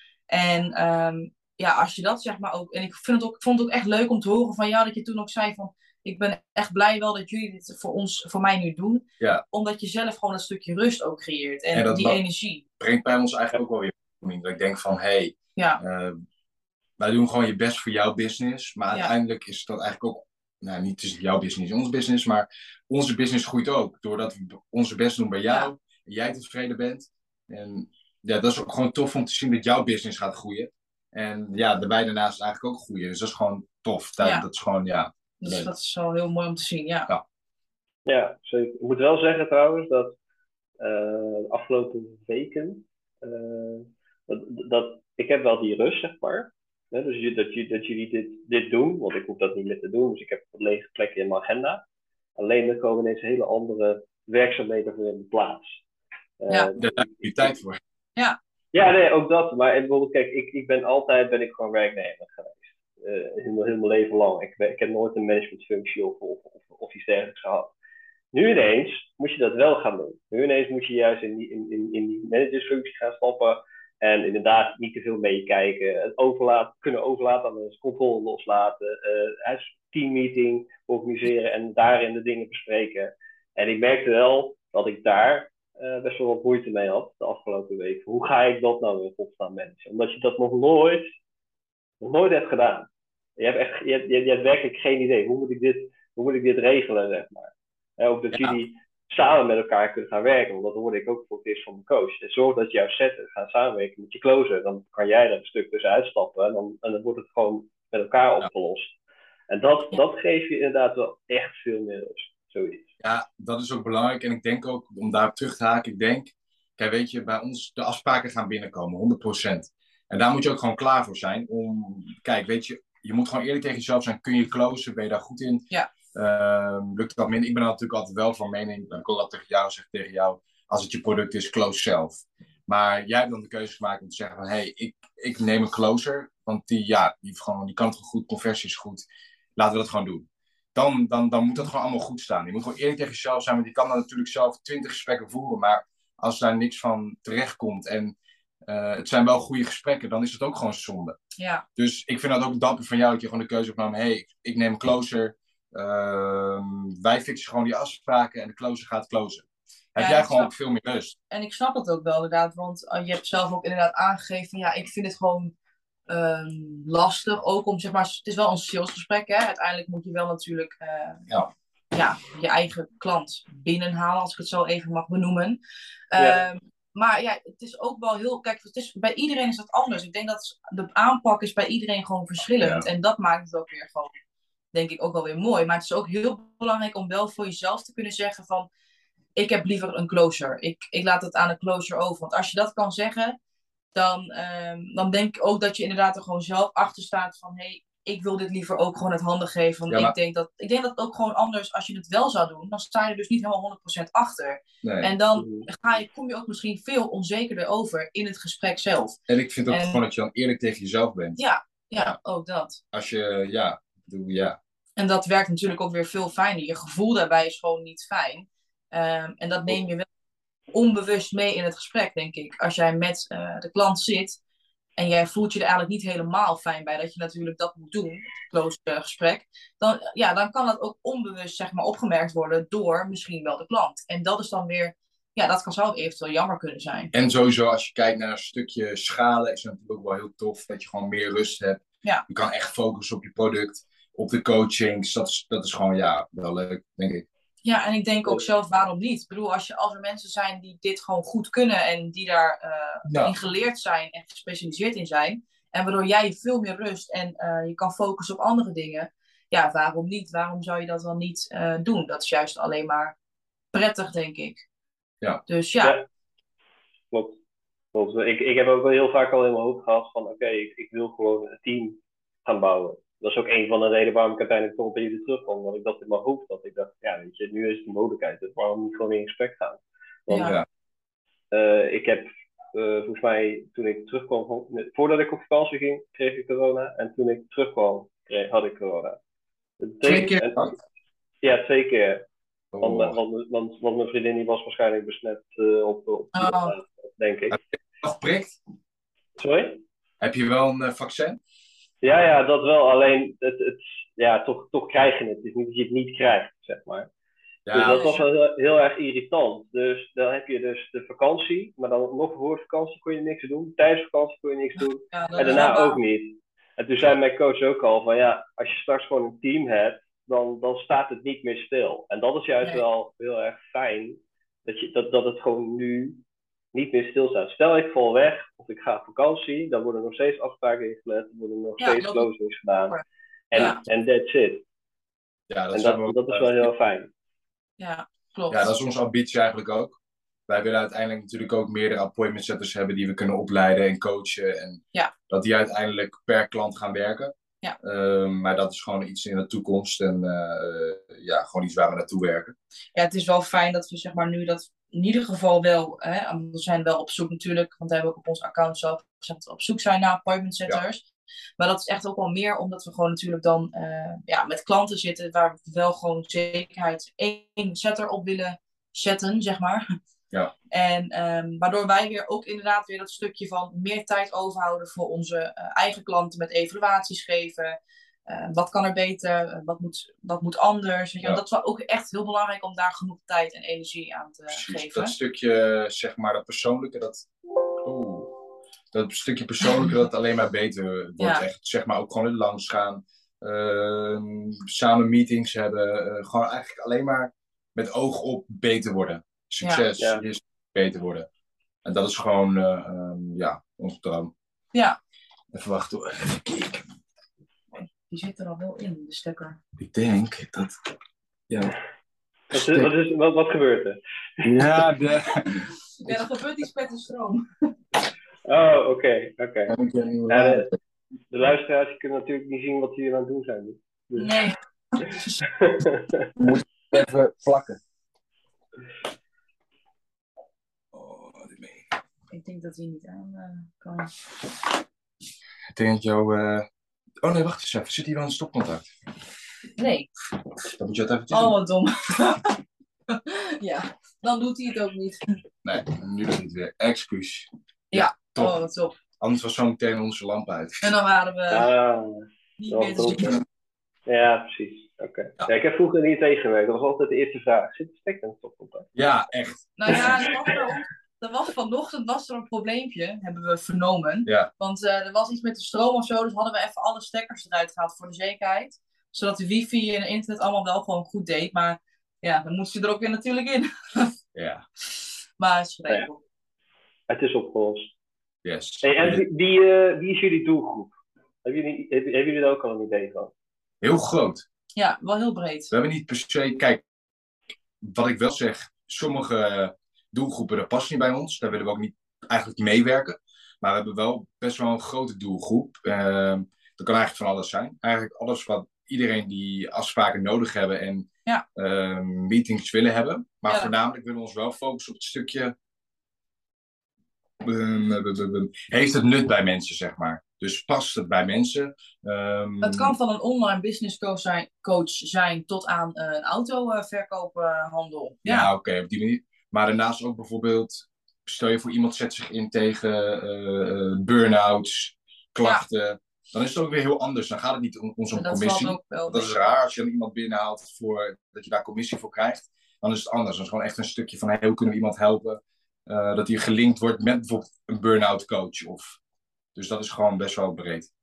En um, ja, als je dat, zeg maar, ook... En ik, vind het ook, ik vond het ook echt leuk om te horen van jou, dat je toen ook zei van, ik ben echt blij wel dat jullie dit voor ons, voor mij nu doen. Ja. Omdat je zelf gewoon een stukje rust ook creëert. En, en dat die energie. Brengt bij ons eigenlijk ook wel weer. Dat ik denk van, hé, hey, ja. uh, wij doen gewoon je best voor jouw business. Maar ja. uiteindelijk is dat eigenlijk ook, nou niet tussen jouw business en ons business, maar onze business groeit ook. Doordat we onze best doen bij jou. Ja. En jij tevreden bent. En ja, dat is ook gewoon tof om te zien dat jouw business gaat groeien. En ja, de wij daarnaast eigenlijk ook groeien. Dus dat is gewoon tof. Dat, ja. dat is gewoon, ja. Dus dat is wel heel mooi om te zien, ja. Ja, ja zeker. Ik moet wel zeggen trouwens dat uh, de afgelopen weken, uh, dat, dat, ik heb wel die rust, zeg maar. Hè, dus dat, dat jullie dit, dit doen, want ik hoef dat niet meer te doen. Dus ik heb lege plekken in mijn agenda. Alleen er komen ineens hele andere werkzaamheden voor in de plaats. Uh, ja, daar heb je tijd voor. Ja. Ja, nee, ook dat. Maar bijvoorbeeld, kijk, ik, ik ben altijd ben ik gewoon werknemer geweest. Uh, heel, heel mijn leven lang. Ik, ik heb nooit een managementfunctie of, of, of, of iets dergelijks gehad. Nu ineens moet je dat wel gaan doen. Nu ineens moet je juist in die, in, in, in die managersfunctie gaan stappen. En inderdaad niet te veel meekijken. Het overlaat, kunnen overlaten aan de controle loslaten. Uh, teammeeting organiseren en daarin de dingen bespreken. En ik merkte wel dat ik daar uh, best wel wat moeite mee had de afgelopen week. Hoe ga ik dat nou in godsnaam managen? Omdat je dat nog nooit, nog nooit hebt gedaan. Je hebt, echt, je, hebt, je, je hebt werkelijk geen idee. Hoe moet ik dit, hoe moet ik dit regelen, zeg maar. En ook dat ja. jullie samen met elkaar kunnen gaan werken. Want dat hoorde ik ook voor het eerst van mijn coach. En zorg dat jouw setter gaat samenwerken met je closer. Dan kan jij er een stuk tussen uitstappen. En dan, en dan wordt het gewoon met elkaar opgelost. Ja. En dat, dat geeft je inderdaad wel echt veel meer rust. Zoiets. Ja, dat is ook belangrijk. En ik denk ook, om daarop terug te haken, ik denk... Kijk, weet je, bij ons de afspraken gaan binnenkomen, honderd procent. En daar moet je ook gewoon klaar voor zijn. Om, kijk, weet je, je moet gewoon eerlijk tegen jezelf zijn. Kun je closen? Ben je daar goed in? Ja. Uh, lukt dat minder? Ik ben er natuurlijk altijd wel van mening. Dat ik ook altijd tegen jou zeg, tegen jou. Als het je product is, close zelf. Maar jij hebt dan de keuze gemaakt om te zeggen van... Hé, hey, ik, ik neem een closer. Want die, ja, die, gewoon, die kan het goed, conversie is goed. Laten we dat gewoon doen. Dan, dan, dan moet dat gewoon allemaal goed staan. Je moet gewoon eerlijk tegen jezelf zijn. Want je kan dan natuurlijk zelf twintig gesprekken voeren. Maar als daar niks van terecht komt... en uh, het zijn wel goede gesprekken... dan is het ook gewoon zonde. Ja. Dus ik vind dat ook dapper van jou... dat je gewoon de keuze hebt genomen... hé, hey, ik, ik neem een closer... Uh, wij fixen gewoon die afspraken... en de closer gaat closen. Heb ja, jij gewoon snap... veel meer rust. En ik snap het ook wel inderdaad... want uh, je hebt zelf ook inderdaad aangegeven... ja, ik vind het gewoon... Um, lastig, ook om zeg maar, het is wel een salesgesprek, hè? Uiteindelijk moet je wel natuurlijk uh, ja. Ja, je eigen klant binnenhalen, als ik het zo even mag benoemen. Um, ja. Maar ja, het is ook wel heel, kijk, het is, bij iedereen is dat anders. Ik denk dat de aanpak is bij iedereen gewoon verschillend. Ja. En dat maakt het ook weer gewoon, denk ik, ook wel weer mooi. Maar het is ook heel belangrijk om wel voor jezelf te kunnen zeggen van, ik heb liever een closer. Ik, ik laat het aan een closer over. Want als je dat kan zeggen, dan, um, dan denk ik ook dat je inderdaad er gewoon zelf achter staat van, hé, hey, ik wil dit liever ook gewoon het handen geven. Want ja, maar... ik, denk dat, ik denk dat het ook gewoon anders, als je het wel zou doen, dan sta je dus niet helemaal honderd procent achter. Nee. En dan ga je, kom je ook misschien veel onzekerder over in het gesprek zelf. En ik vind ook en... gewoon dat je dan eerlijk tegen jezelf bent. Ja, ja, ja. ook dat. Als je, ja, doe ja. En dat werkt natuurlijk ook weer veel fijner. Je gevoel daarbij is gewoon niet fijn. Um, en dat neem je wel onbewust mee in het gesprek, denk ik. Als jij met uh, de klant zit en jij voelt je er eigenlijk niet helemaal fijn bij dat je natuurlijk dat moet doen, het close uh, gesprek, dan, ja, dan kan dat ook onbewust zeg maar, opgemerkt worden door misschien wel de klant. En dat is dan weer, ja, dat kan zou eventueel jammer kunnen zijn. En sowieso, als je kijkt naar een stukje schalen, is het natuurlijk ook wel heel tof dat je gewoon meer rust hebt. Ja. Je kan echt focussen op je product, op de coachings. Dat is, dat is gewoon, ja, wel leuk, denk ik. Ja, en ik denk ook zelf, waarom niet? Ik bedoel, als, je, als er mensen zijn die dit gewoon goed kunnen en die daar uh, ja. in geleerd zijn en gespecialiseerd in zijn, en waardoor jij veel meer rust en uh, je kan focussen op andere dingen, ja, waarom niet? Waarom zou je dat dan niet uh, doen? Dat is juist alleen maar prettig, denk ik. Ja. Dus ja. ja. Klopt. Klopt. Ik, ik heb ook wel heel vaak al in mijn hoofd gehad van, oké, okay, ik, ik wil gewoon een team gaan bouwen. Dat is ook een van de redenen waarom ik uiteindelijk toch bij jullie terugkwam. Want ik dat in mijn hoofd had. Ik dacht, ja, weet je, nu is het de mogelijkheid. Dus waarom niet gewoon weer in gesprek gaan? Want Ja. uh, ik heb, uh, volgens mij, toen ik terugkwam, van, voordat ik op vakantie ging, kreeg ik corona. En toen ik terugkwam, kreeg, had ik corona. Twee keer? En, ja, twee keer. Oh. Want, want, want, want mijn vriendin die was waarschijnlijk besmet uh, op, op oh. op, denk ik. Heb je nog geprikt? Sorry? Heb je wel een uh, vaccin? Ja, ja, dat wel. Alleen, het, het, ja, toch, toch krijg je het. Het is niet dat je het niet krijgt, zeg maar. Ja, dus dat was wel heel, heel erg irritant. Dus dan heb je dus de vakantie, maar dan nog voor de vakantie kon je niks doen. Tijdens vakantie kon je niks doen. Ja, en daarna ook niet. En toen zei mijn coach ook al van ja, als je straks gewoon een team hebt, dan, dan staat het niet meer stil. En dat is juist nee. wel heel erg fijn, dat, je, dat, dat het gewoon nu niet meer stilstaat. Stel ik val weg of ik ga op vakantie, dan worden nog steeds afspraken ingepland, dan worden nog ja, steeds closings gedaan. En ja. that's it. Ja, dat en is dat, wel, dat is wel heel fijn. Ja, klopt. Ja, dat is onze ambitie eigenlijk ook. Wij willen uiteindelijk natuurlijk ook meerdere appointment setters hebben die we kunnen opleiden en coachen. En ja. dat die uiteindelijk per klant gaan werken. Ja. Uh, maar dat is gewoon iets in de toekomst en uh, ja, gewoon iets waar we naartoe werken. Ja, het is wel fijn dat we zeg maar nu dat in ieder geval wel, hè, we zijn wel op zoek natuurlijk, want we hebben ook op ons account zelf gezegd dat we op zoek zijn naar appointment setters. Ja. Maar dat is echt ook wel meer omdat we gewoon natuurlijk dan uh, ja, met klanten zitten waar we wel gewoon zekerheid één setter op willen zetten, zeg maar. Ja. En um, waardoor wij weer ook inderdaad weer dat stukje van meer tijd overhouden voor onze uh, eigen klanten met evaluaties geven. Uh, wat kan er beter? Uh, wat, moet, wat moet anders? Weet je? Ja. Dat is ook echt heel belangrijk om daar genoeg tijd en energie aan te Precies, geven. Dat stukje, zeg maar, dat persoonlijke, dat... Oeh. Dat stukje persoonlijke dat alleen maar beter wordt. Ja. Echt, zeg maar, ook gewoon langs gaan. Uh, samen meetings hebben. Uh, gewoon eigenlijk alleen maar met oog op beter worden. Succes ja. is beter worden. En dat is gewoon, uh, um, ja, onze droom. Ja. Even wachten hoor. Even kijken. Die zit er al wel in, de stekker. Ik denk dat... Ja. Wat, is, wat, is, wat, wat gebeurt er? Ja, de... ja, er gebeurt iets met de stroom. Oh, oké. Okay, okay. ja, de, de luisteraars kunnen natuurlijk niet zien wat jullie aan het doen zijn. Dus. Nee. Moet even plakken. Oh, dit mee. Ik denk dat hij niet aan uh, kan. Ik denk dat jou... Uh... Oh nee, wacht eens even. Zit hier wel een stopcontact? Nee. Dan moet je het even doen. Oh, wat dom. Ja, dan doet hij het ook niet. Nee, nu doet hij het weer. Excuus. Ja, top. Oh, wat top. Anders was zo meteen onze lamp uit. En dan waren we ah, niet meer te zien. Ja, precies. Oké. Okay. Ja. Ja, ik heb vroeger niet tegengewerkt. Dat was altijd de eerste vraag. Zit de stekker in stopcontact? Ja, echt. Nou ja, er was vanochtend was er een probleempje, hebben we vernomen. Ja. Want uh, er was iets met de stroom of zo, dus hadden we even alle stekkers eruit gehaald voor de zekerheid. Zodat de wifi en internet allemaal wel gewoon goed deed. Maar ja, dan moest je er ook weer natuurlijk in. Ja. Maar het is geregeld. Ja. Het is opgelost. Yes. Hey, en wie, wie, uh, wie is jullie doelgroep? Hebben jullie, hebben, hebben jullie er ook al een idee van? Heel groot. Ja, wel heel breed. We hebben niet per se... Kijk, wat ik wel zeg, sommige doelgroepen, dat past niet bij ons. Daar willen we ook niet eigenlijk meewerken. Maar we hebben wel best wel een grote doelgroep. Uh, dat kan eigenlijk van alles zijn. Eigenlijk alles wat iedereen die afspraken nodig hebben en ja. uh, meetings willen hebben. Maar ja. voornamelijk willen we ons wel focussen op het stukje... Um, heeft het nut bij mensen, zeg maar. Dus past het bij mensen. Um... Het kan van een online business coach zijn, coach zijn tot aan uh, een autoverkoophandel. Ja, ja, oké, okay, op die manier. Maar daarnaast ook bijvoorbeeld, stel je voor iemand zet zich in tegen uh, burn-outs, klachten. Ja. Dan is het ook weer heel anders. Dan gaat het niet om ons om commissie. Ook wel, dat is raar als je dan iemand binnenhaalt voor dat je daar commissie voor krijgt. Dan is het anders. Dan is het gewoon echt een stukje van hey, hoe kunnen we iemand helpen. Uh, dat hij gelinkt wordt met bijvoorbeeld een burn-out coach. Of... Dus dat is gewoon best wel breed.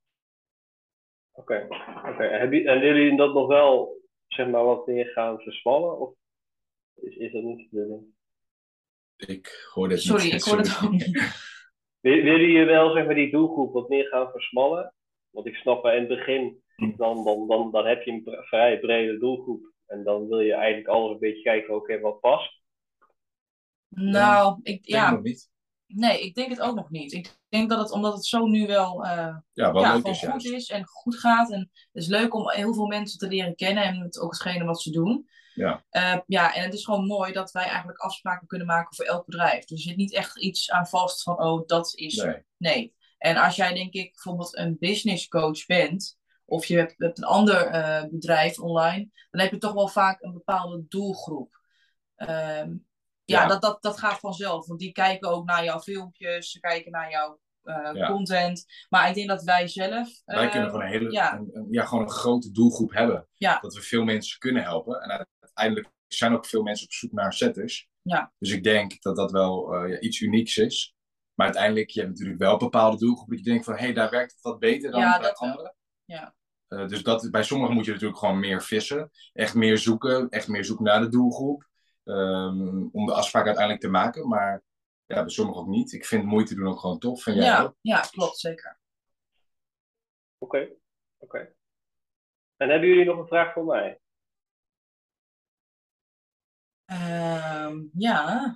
Oké. Okay. Okay. En willen jullie dat nog wel, zeg maar, wat meer gaan versmallen? Of is, is dat niet de bedoeling? Ik hoor dit Sorry, niet. ik hoor het ook niet. Willen jullie wel, zeg maar, die doelgroep wat meer gaan versmallen? Want ik snap, in het begin, dan, dan, dan, dan heb je een vrij brede doelgroep. En dan wil je eigenlijk alles een beetje kijken, oké, okay, wat past. Nou, ik, Ik denk ja, nog niet. nee, ik denk het ook nog niet. Ik denk dat het, omdat het zo nu wel, uh, ja, wel ja, leuk gewoon is, goed juist. is en goed gaat. En het is leuk om heel veel mensen te leren kennen en het, ook hetgene wat ze doen. Ja. Uh, ja, en het is gewoon mooi dat wij eigenlijk afspraken kunnen maken voor elk bedrijf. Dus er zit niet echt iets aan vast van, oh, dat is... Nee. nee. En als jij, denk ik, bijvoorbeeld een business coach bent, of je hebt, hebt een ander uh, bedrijf online, dan heb je toch wel vaak een bepaalde doelgroep. Um, ja, ja. Dat, dat, dat gaat vanzelf. Want die kijken ook naar jouw filmpjes, ze kijken naar jouw uh, ja. content. Maar ik denk dat wij zelf... Uh, wij kunnen gewoon een hele... Ja. Een, een, ja, gewoon een grote doelgroep hebben. Ja. Dat we veel mensen kunnen helpen. En uiteindelijk zijn ook veel mensen op zoek naar setters. Ja. Dus ik denk dat dat wel uh, ja, iets unieks is. Maar uiteindelijk, je hebt natuurlijk wel bepaalde doelgroepen dat je denkt van, hé, hey, daar werkt het wat beter dan ja, bij dat anderen. Ja. Uh, dus dat, bij sommigen moet je natuurlijk gewoon meer vissen. Echt meer zoeken. Echt meer zoeken naar de doelgroep. Um, om de afspraak uiteindelijk te maken. Maar ja, bij sommigen ook niet. Ik vind moeite doen ook gewoon tof. Vind jij ja, ook? Ja, klopt. Zeker. Oké. Okay. Oké. Okay. En hebben jullie nog een vraag voor mij? Um, ja.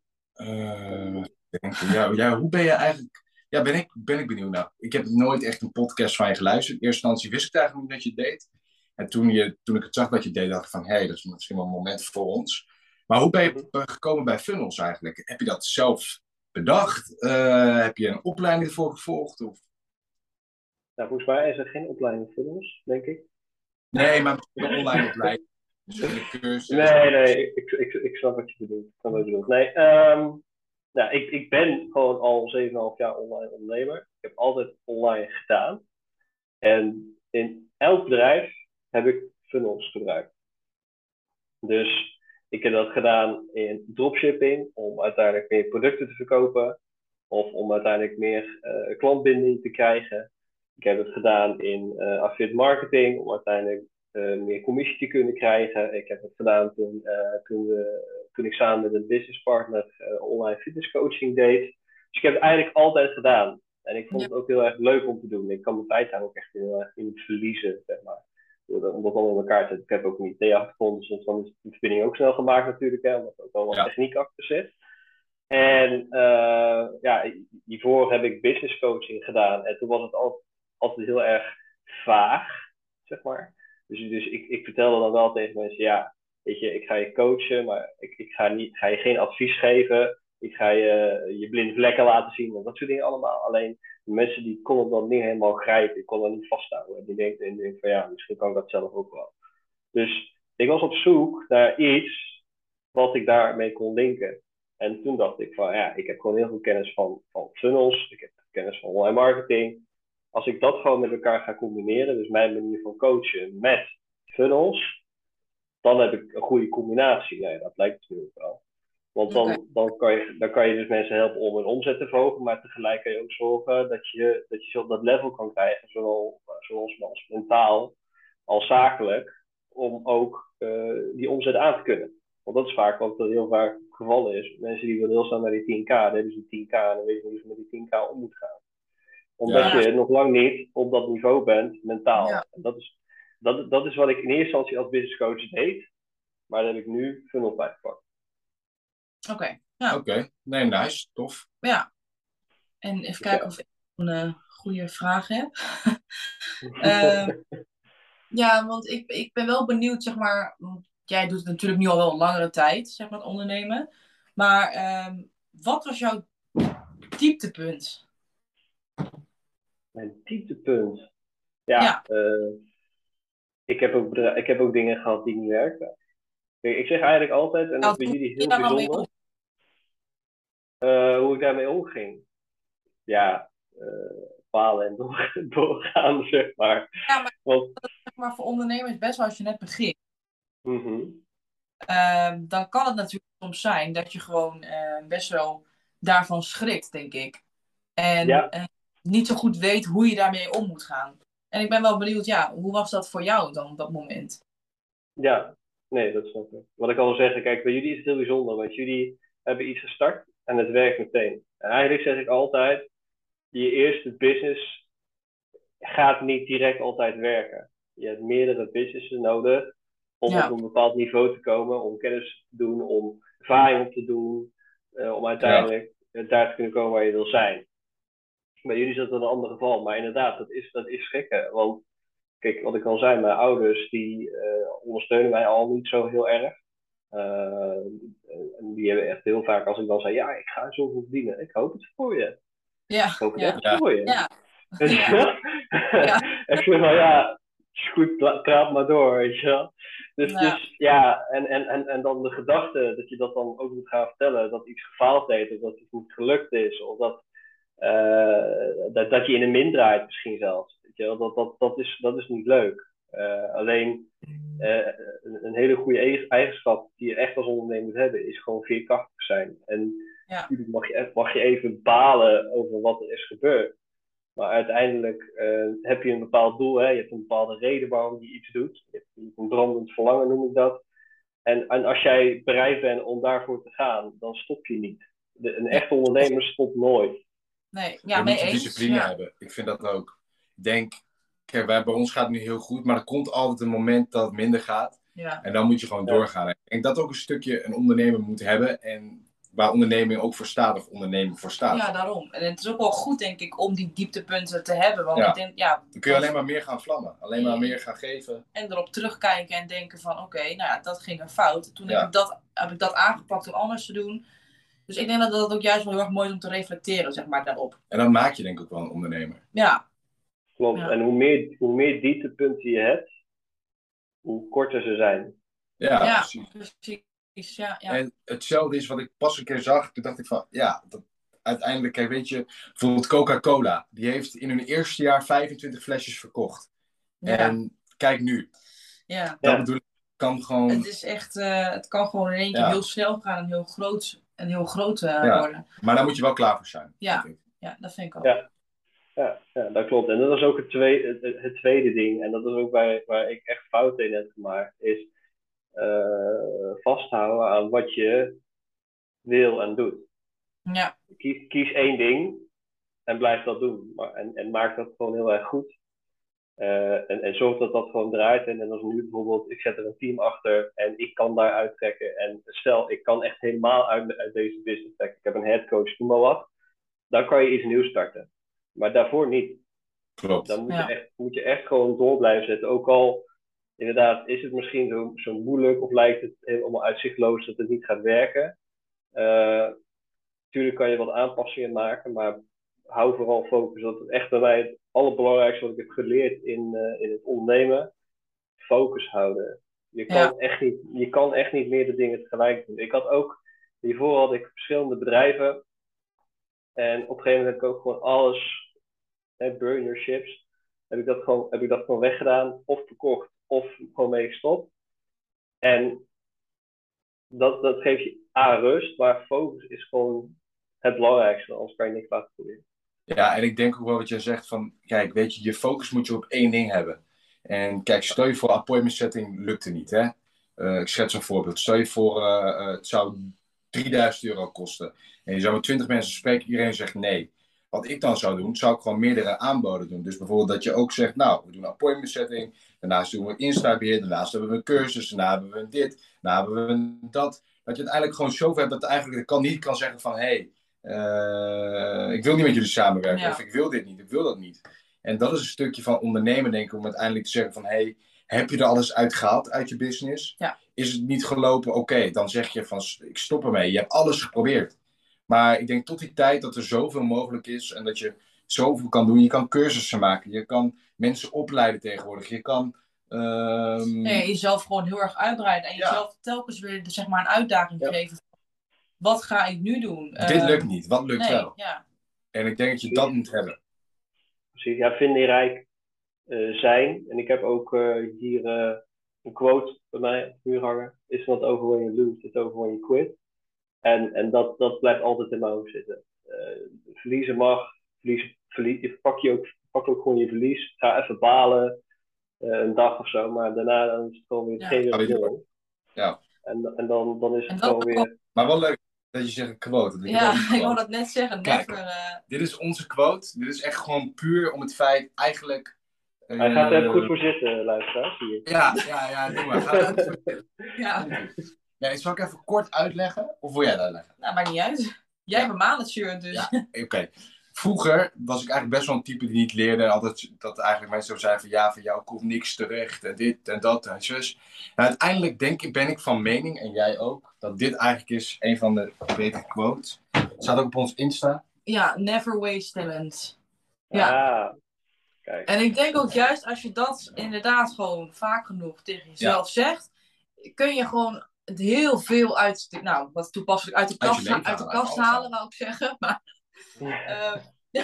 Uh, denk ik, ja, ja. Hoe ben je eigenlijk... Ja, ben ik, ben ik benieuwd naar. Ik heb nooit echt een podcast van je geluisterd. In eerste instantie wist ik eigenlijk niet dat je het deed. En toen, je, toen ik het zag dat je het deed, dacht ik van... Hé, hey, dat is misschien wel een moment voor ons. Maar hoe ben je gekomen bij Funnels eigenlijk? Heb je dat zelf bedacht? Uh, heb je een opleiding ervoor gevolgd? Of? Nou, volgens mij is er geen opleiding Funnels, denk ik. Nee, maar een online opleiding. Dus een cursus. Nee, nee, ik, ik, ik snap wat je bedoelt. Ik snap wat je bedoelt. Nee, um, nou, ik, ik ben gewoon al zeven komma vijf jaar online ondernemer. Ik heb altijd online gedaan. En in elk bedrijf heb ik Funnels gebruikt. Dus ik heb dat gedaan in dropshipping, om uiteindelijk meer producten te verkopen. Of om uiteindelijk meer uh, klantbinding te krijgen. Ik heb het gedaan in uh, affiliate marketing, om uiteindelijk uh, meer commissie te kunnen krijgen. Ik heb het gedaan toen, uh, toen, we, toen ik samen met een businesspartner uh, online fitnesscoaching deed. Dus ik heb het eigenlijk altijd gedaan. En ik vond ja. het ook heel erg leuk om te doen. Ik kan mijn tijd daar ook echt heel erg in verliezen, zeg maar. Om dat allemaal in elkaar te zetten. Ik heb ook een I T-achtergrond, dus dan is de verbinding ook snel gemaakt natuurlijk, hè, omdat er ook wel wat ja. techniek achter zit. En uh, ja, hiervoor heb ik business coaching gedaan. En toen was het altijd, altijd heel erg vaag, zeg maar. Dus, dus ik, ik vertelde dan wel tegen mensen, ja, weet je, ik ga je coachen, maar ik, ik ga, niet, ga je geen advies geven. Ik ga je je blinde vlekken laten zien en dat soort dingen allemaal. Alleen de mensen die konden dat niet helemaal grijpen. Ik kon dat niet vasthouden. En die denken, die denken van ja, misschien kan ik dat zelf ook wel. Dus ik was op zoek naar iets wat ik daarmee kon linken. En toen dacht ik van ja, ik heb gewoon heel veel kennis van, van funnels. Ik heb kennis van online marketing. Als ik dat gewoon met elkaar ga combineren, dus mijn manier van coachen met funnels, dan heb ik een goede combinatie. Ja, dat lijkt natuurlijk wel. Want dan, okay. dan, kan je, dan kan je dus mensen helpen om hun omzet te verhogen, maar tegelijk kan je ook zorgen dat je, dat je ze op dat level kan krijgen, zowel, zoals als mentaal als zakelijk, om ook uh, die omzet aan te kunnen. Want dat is vaak wat er heel vaak het geval is. Mensen die willen heel snel naar die tien k, dan hebben ze die tien k en dan weten ze niet hoe ze met die tien k om moet gaan. Omdat ja. je nog lang niet op dat niveau bent, mentaal. Ja. En dat, is, dat, dat is wat ik in eerste instantie als business coach deed, maar daar heb ik nu funnel bij gepakt. Oké. Okay, ja. Oké, okay. Nee, nice, tof. Ja. En even kijken ja. of ik een uh, goede vraag heb. uh, ja, want ik, ik ben wel benieuwd, zeg maar, jij doet het natuurlijk nu al wel een langere tijd, zeg maar, het ondernemen. Maar uh, wat was jouw dieptepunt? Mijn dieptepunt? Ja, ja. Uh, ik, heb ook bedrijf, ik heb ook dingen gehad die niet werkten. Ik zeg eigenlijk altijd, en dat is bij jullie heel bijzonder, uh, hoe ik daarmee omging. Ja, uh, falen en door, doorgaan, zeg maar. Ja, maar, Want, zeg maar voor ondernemers best wel als je net begint. Mm-hmm. Uh, dan kan het natuurlijk soms zijn dat je gewoon uh, best wel daarvan schrikt, denk ik. En ja. uh, niet zo goed weet hoe je daarmee om moet gaan. En ik ben wel benieuwd, ja, hoe was dat voor jou dan op dat moment? Ja, nee, dat snap ik. Wat ik al wil zeggen, kijk, bij jullie is het heel bijzonder, want jullie hebben iets gestart en het werkt meteen. En eigenlijk zeg ik altijd, je eerste business gaat niet direct altijd werken. Je hebt meerdere businesses nodig om Ja. op een bepaald niveau te komen, om kennis te doen, om ervaring op te doen, uh, om uiteindelijk ja. daar te kunnen komen waar je wil zijn. Bij jullie is dat een ander geval, maar inderdaad, dat is, dat is schrikken. Want kijk, wat ik al zei, mijn ouders die uh, ondersteunen mij al niet zo heel erg. Uh, en die hebben echt heel vaak, als ik dan zei, ja, ik ga zoveel verdienen, ik hoop het voor je. Ja. Ik hoop het ja. echt voor je. Ja. En ja. ja. ik vind van, ja, is goed, praat maar door, weet je wel. Dus ja, dus, ja en, en, en, en dan de gedachte dat je dat dan ook moet gaan vertellen, dat iets gefaald heeft, of dat iets niet gelukt is, of dat, uh, dat, dat je in een min draait misschien zelfs. Weet je wel? Dat, dat, dat, is, dat is niet leuk. Uh, alleen uh, een, een hele goede eigenschap die je echt als ondernemer moet hebben, is gewoon veerkrachtig zijn. En ja. natuurlijk mag je, mag je even balen over wat er is gebeurd. Maar uiteindelijk uh, heb je een bepaald doel, hè? Je hebt een bepaalde reden waarom je iets doet. Je hebt een brandend verlangen, noem ik dat. En, en als jij bereid bent om daarvoor te gaan, dan stop je niet. De, een echte ondernemer stopt nooit. Nee, ja, je mee moet je eens. discipline Ja. hebben. Ik vind dat ook. Ik denk, kijk, bij ons gaat het nu heel goed, maar er komt altijd een moment dat het minder gaat. Ja. En dan moet je gewoon ja. doorgaan. Ik denk dat ook een stukje een ondernemer moet hebben. En waar onderneming ook voor staat, of onderneming voor staat. Ja, daarom. En het is ook wel goed, denk ik, om die dieptepunten te hebben. Want ja. ik denk, ja... Dan kun je alleen maar meer gaan vlammen. Alleen maar meer gaan geven. En erop terugkijken en denken van, oké, okay, nou ja, dat ging een fout. Toen ja. heb, ik dat, heb ik dat aangepakt om anders te doen. Dus ik denk dat dat ook juist wel heel erg mooi is om te reflecteren, zeg maar, daarop. En dan maak je denk ik ook wel een ondernemer. Ja. Klopt. Ja. En hoe meer, hoe meer dieptepunten je hebt, hoe korter ze zijn. Ja, ja precies. precies. Ja, ja. En hetzelfde is wat ik pas een keer zag. Toen dacht ik van, ja, dat, uiteindelijk, kijk, weet je, bijvoorbeeld Coca-Cola. Die heeft in hun eerste jaar vijfentwintig flesjes verkocht. Ja. En kijk nu. Ja. Dat ja. bedoel ik, kan gewoon... Het is echt, uh, het kan gewoon in één keer ja. heel snel gaan en heel groot, en heel groot uh, ja. worden. Maar daar moet je wel klaar voor zijn. Ja, denk ik. ja dat vind ik ook. Ja. Ja, ja, dat klopt. En dat is ook het tweede, het, het tweede ding. En dat is ook waar, waar ik echt fouten in heb gemaakt. Is uh, vasthouden aan wat je wil en doet. Ja. Kies, kies één ding en blijf dat doen. Maar, en, en maak dat gewoon heel erg goed. Uh, en, en zorg dat dat gewoon draait. En, en als nu bijvoorbeeld, ik zet er een team achter en ik kan daar uittrekken. En stel, ik kan echt helemaal uit, uit deze business trekken. Ik heb een headcoach, noem maar wat. Dan kan je iets nieuws starten. Maar daarvoor niet. Klopt. Dan moet, ja. je echt, moet je echt gewoon door blijven zetten. Ook al, inderdaad, is het misschien zo, zo moeilijk of lijkt het helemaal uitzichtloos dat het niet gaat werken. Natuurlijk uh, kan je wat aanpassingen maken, maar hou vooral focus. Dat is echt bij mij het allerbelangrijkste wat ik heb geleerd in, uh, in het ondernemen. Focus houden. Je kan, ja. echt niet, je kan echt niet meerdere dingen tegelijk doen. Ik had ook, hiervoor had ik verschillende bedrijven. En op een gegeven moment heb ik ook gewoon alles... burnerships, heb ik dat gewoon, heb ik dat gewoon weggedaan, of verkocht, of gewoon mee gestopt. En dat, dat geeft je A rust, maar focus is gewoon het belangrijkste, anders kan je niks laten proberen. Ja, en ik denk ook wel wat jij zegt van, kijk, weet je, je focus moet je op één ding hebben. En kijk, stel je voor appointment setting lukte niet, hè. Uh, ik schets een voorbeeld. Stel je voor, uh, uh, het zou drieduizend euro kosten. En je zou met twintig mensen spreken, iedereen zegt nee. Wat ik dan zou doen, zou ik gewoon meerdere aanboden doen. Dus bijvoorbeeld dat je ook zegt, nou, we doen een appointment setting. Daarnaast doen we Insta-beheer. Daarnaast hebben we een cursus. Daarna hebben we een dit. Daarna hebben we een dat. Dat je het eigenlijk gewoon zover hebt dat eigenlijk de kan niet kan zeggen van... Hé, hey, uh, ik wil niet met jullie samenwerken. Ja. Of ik wil dit niet, ik wil dat niet. En dat is een stukje van ondernemen, denk ik. Om uiteindelijk te zeggen van... Hé, hey, heb je er alles uitgehaald uit je business? Ja. Is het niet gelopen? Oké, okay, dan zeg je van, ik stop ermee. Je hebt alles geprobeerd. Maar ik denk tot die tijd dat er zoveel mogelijk is en dat je zoveel kan doen. Je kan cursussen maken, je kan mensen opleiden tegenwoordig. Je kan... Um... Nee, jezelf gewoon heel erg uitbreiden en jezelf ja. telkens weer zeg maar, een uitdaging ja. geven. Wat ga ik nu doen? Dit uh... lukt niet, wat lukt nee, wel? Ja. En ik denk dat je dat moet hebben. Precies, ja, vindingrijk uh, zijn. En ik heb ook uh, hier uh, een quote bij mij op de muur hangen. It's not over when you lose, it's over when you quit. En, en dat, dat blijft altijd in mijn hoofd zitten. Uh, verliezen mag, verliezen, verlie- pak, je ook, pak ook gewoon je verlies. Ga even balen, uh, een dag of zo, maar daarna dan is het gewoon weer hetgeen ja. wat je wil. Ja. En, en dan, dan is het dan gewoon weer... Maar wel leuk dat je zegt een quote. Ik ja, ik wou dat net zeggen. Kijk, never, uh... dit is onze quote. Dit is echt gewoon puur om het feit, eigenlijk Hij gaat er even goed voor zitten, luisteraars. Zie je. Ja, ja, ja, doe maar. Ga er even voor zitten. Ja. Ja, zal ik even kort uitleggen? Of wil jij dat uitleggen? Nou, maakt niet uit. Jij hebt een maandenshirt, dus. Ja, oké. Okay. Vroeger was ik eigenlijk best wel een type die niet leerde. En altijd dat eigenlijk mensen zo zeiden van ja, van jou komt niks terecht. En dit en dat en zus. En uiteindelijk denk ik, ben ik van mening, en jij ook, dat dit eigenlijk is een van de betere quotes. Het staat ook op ons Insta. Ja, never waste talent. Ja. Ah, kijk. En ik denk ook juist als je dat inderdaad gewoon vaak genoeg tegen jezelf ja. zegt, kun je gewoon het heel veel uit, nou, wat toepasselijk uit de kast, uit uit de kast halen, wou ik zeggen. Maar, uh,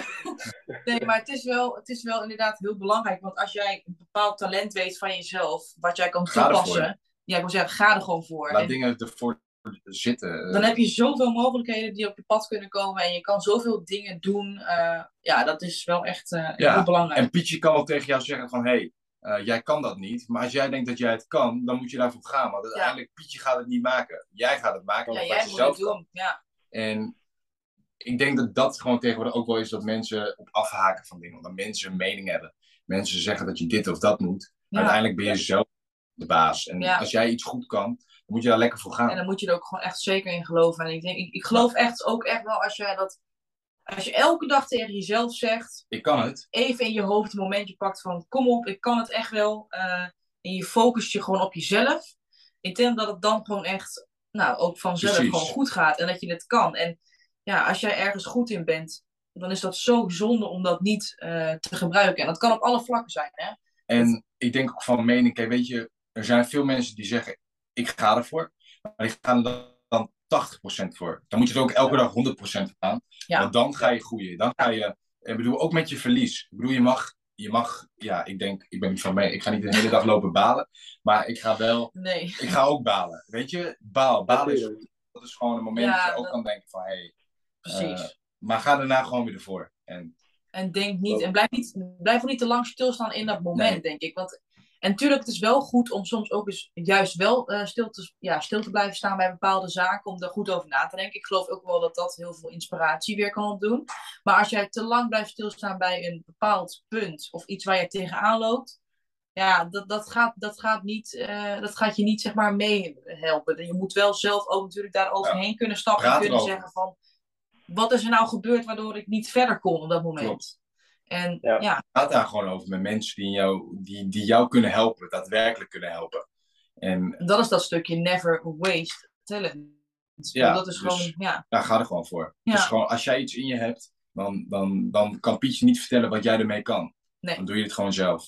nee, maar het is, wel, het is wel inderdaad heel belangrijk. Want als jij een bepaald talent weet van jezelf, wat jij kan toepassen, ja, ik wil zeggen, ga er gewoon voor. Laat en, dingen ervoor zitten. Dan heb je zoveel mogelijkheden die op je pad kunnen komen en je kan zoveel dingen doen. Uh, ja, dat is wel echt uh, ja. heel belangrijk. En Pietje kan wel tegen jou zeggen van, hé, hey, uh, jij kan dat niet. Maar als jij denkt dat jij het kan, dan moet je daarvoor gaan. Want uiteindelijk, ja. Pietje gaat het niet maken. Jij gaat het maken, ja, wat jij je zelf het doen. Ja. En ik denk dat dat gewoon tegenwoordig ook wel is dat mensen op afhaken van dingen. Dat mensen een mening hebben. Mensen zeggen dat je dit of dat moet. Ja. Uiteindelijk ben je zelf de baas. En ja. als jij iets goed kan, dan moet je daar lekker voor gaan. En dan moet je er ook gewoon echt zeker in geloven. En ik denk, ik, ik geloof echt ook echt wel als je dat, als je elke dag tegen jezelf zegt, ik kan het. Even in je hoofd een momentje pakt van, kom op, ik kan het echt wel. Uh, en je focust je gewoon op jezelf. Ik denk dat het dan gewoon echt, nou, ook vanzelf Precies. gewoon goed gaat. En dat je het kan. En ja, als jij ergens goed in bent, dan is dat zo zonde om dat niet uh, te gebruiken. En dat kan op alle vlakken zijn, hè. En dat... ik denk ook van mening, kijk, weet je, er zijn veel mensen die zeggen, ik ga ervoor. Maar die gaan er dan tachtig procent voor. Dan moet je er ook elke dag honderd procent aan. Ja. Want dan ga je groeien. Dan ga je, ik bedoel, ook met je verlies. Ik bedoel, je mag, je mag, ja, ik denk, ik ben niet van mee. Ik ga niet de hele dag lopen balen. Maar ik ga wel, nee. ik ga ook balen. Weet je, baal. Balen is, dat is gewoon een moment ja, dat je ook dat... kan denken van, hé. Hey, Precies. Uh, maar ga daarna gewoon weer ervoor. En, en denk niet, en blijf, niet, blijf ook niet te lang stilstaan in dat moment, nee. denk ik. Want en natuurlijk, het is wel goed om soms ook eens juist wel uh, stil, te, ja, stil te blijven staan bij bepaalde zaken, om er goed over na te denken. Ik geloof ook wel dat dat heel veel inspiratie weer kan opdoen. Maar als jij te lang blijft stilstaan bij een bepaald punt, of iets waar je tegenaan loopt, ja, dat, dat, gaat, dat, gaat, niet, uh, dat gaat je niet, zeg maar, meehelpen. Je moet wel zelf ook natuurlijk daar overheen ja. kunnen stappen en kunnen erover. zeggen van, wat is er nou gebeurd waardoor ik niet verder kon op dat moment? Klopt. En, ja. Ja. Praat daar gewoon over met mensen die jou, die, die jou kunnen helpen, daadwerkelijk kunnen helpen. En dat is dat stukje never waste talent. Ja, dat is dus, gewoon, ja. Daar ga er gewoon voor. Ja. Dus gewoon, als jij iets in je hebt, dan, dan, dan kan Pietje niet vertellen wat jij ermee kan. Nee. Dan doe je het gewoon zelf.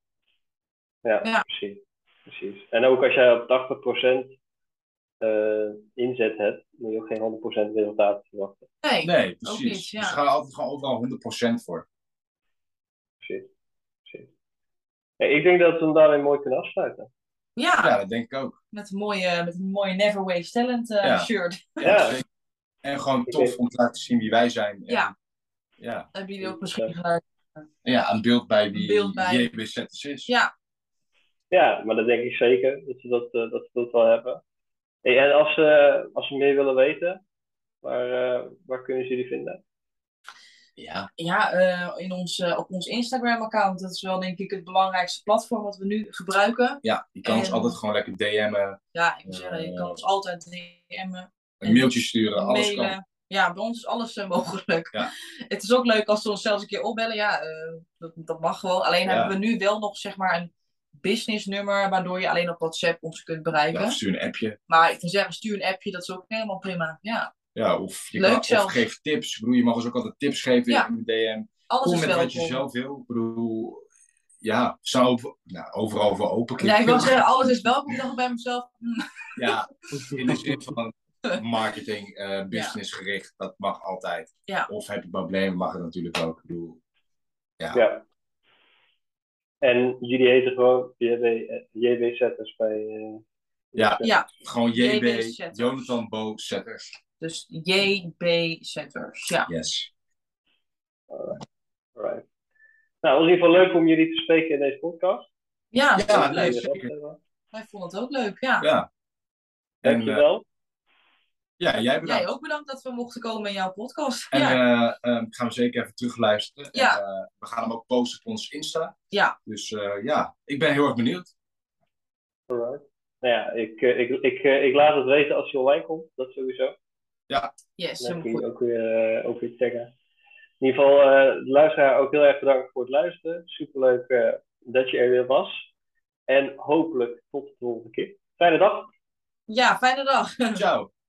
Ja, ja. Precies. precies. En ook als jij op tachtig procent uh, inzet hebt, moet je ook geen honderd procent resultaat verwachten. Nee, nee precies. Niet, ja. Dus ga er altijd gewoon overal honderd procent voor. Precies. precies. Ja, ik denk dat we hem daarmee mooi kunnen afsluiten. Ja, ja dat denk ik ook. Met een mooie, met een mooie Never Waste Talent uh, ja. shirt. Ja. En gewoon tof denk... om te laten zien wie wij zijn. En, ja. ja. Hebben jullie ook misschien geluid? Ja, een beeld bij wie beeld bij... J B Z is. Ja. Ja, maar dat denk ik zeker. Dat ze dat, uh, dat, ze dat wel hebben. Hey, en als, uh, als ze meer willen weten, waar, uh, waar kunnen ze jullie vinden? Ja, ja uh, in ons, uh, op ons Instagram-account. Dat is wel denk ik het belangrijkste platform wat we nu gebruiken. Ja, je kan en... ons altijd gewoon lekker D M'en. Ja, ik moet uh, zeggen, je kan ons altijd D M'en. Een mailtje sturen, alles mailen. Kan. Ja, bij ons is alles uh, mogelijk. Ja. Het is ook leuk als ze ons zelfs een keer opbellen. Ja, uh, dat, dat mag gewoon. Alleen ja. hebben we nu wel nog zeg maar een businessnummer, waardoor je alleen op WhatsApp ons kunt bereiken. Ja, stuur een appje. Maar ik kan zeggen, stuur een appje, dat is ook helemaal prima. Ja. Ja, of je Leuk kan, of geef tips. Ik bedoel, je mag ons ook altijd tips geven ja. in de D M. Alles Kom is met welkom. wat je zelf wil. Ik bedoel, ja, zou over, nou, overal voor open. Ja, ik wil zeggen, alles is welkom. Ik dacht bij mezelf. Ja, in de zin van marketing, uh, businessgericht, ja. dat mag altijd. Ja. Of heb je problemen, mag het natuurlijk ook. Ik bedoel, ja. ja. En jullie heten gewoon J B Zetters bij... Uh, ja, ja, gewoon J B, Jonathan Bo Zetters. Dus J B Zetters, ja. Yes. Alright. Alright. Nou, het was in ieder geval leuk om jullie te spreken in deze podcast. Ja, ja leuk. Zeker. Wij vonden het ook leuk, ja. Ja. Dankjewel. Uh, Ja, jij bedankt. Jij ook bedankt dat we mochten komen in jouw podcast. En ja. uh, uh, gaan we zeker even terugluisteren. Ja. En, uh, we gaan hem ook posten op ons Insta. Ja. Dus uh, ja, ik ben heel erg benieuwd. Alright. Nou ja, ik, uh, ik, ik, uh, ik laat het weten als je online komt. Dat sowieso. Ja. Yes, dan kun je ook weer, uh, ook weer taggen. In ieder geval, uh, de luisteraar ook heel erg bedankt voor het luisteren. Superleuk uh, dat je er weer was. En hopelijk tot de volgende keer. Fijne dag. Ja, fijne dag. Ciao.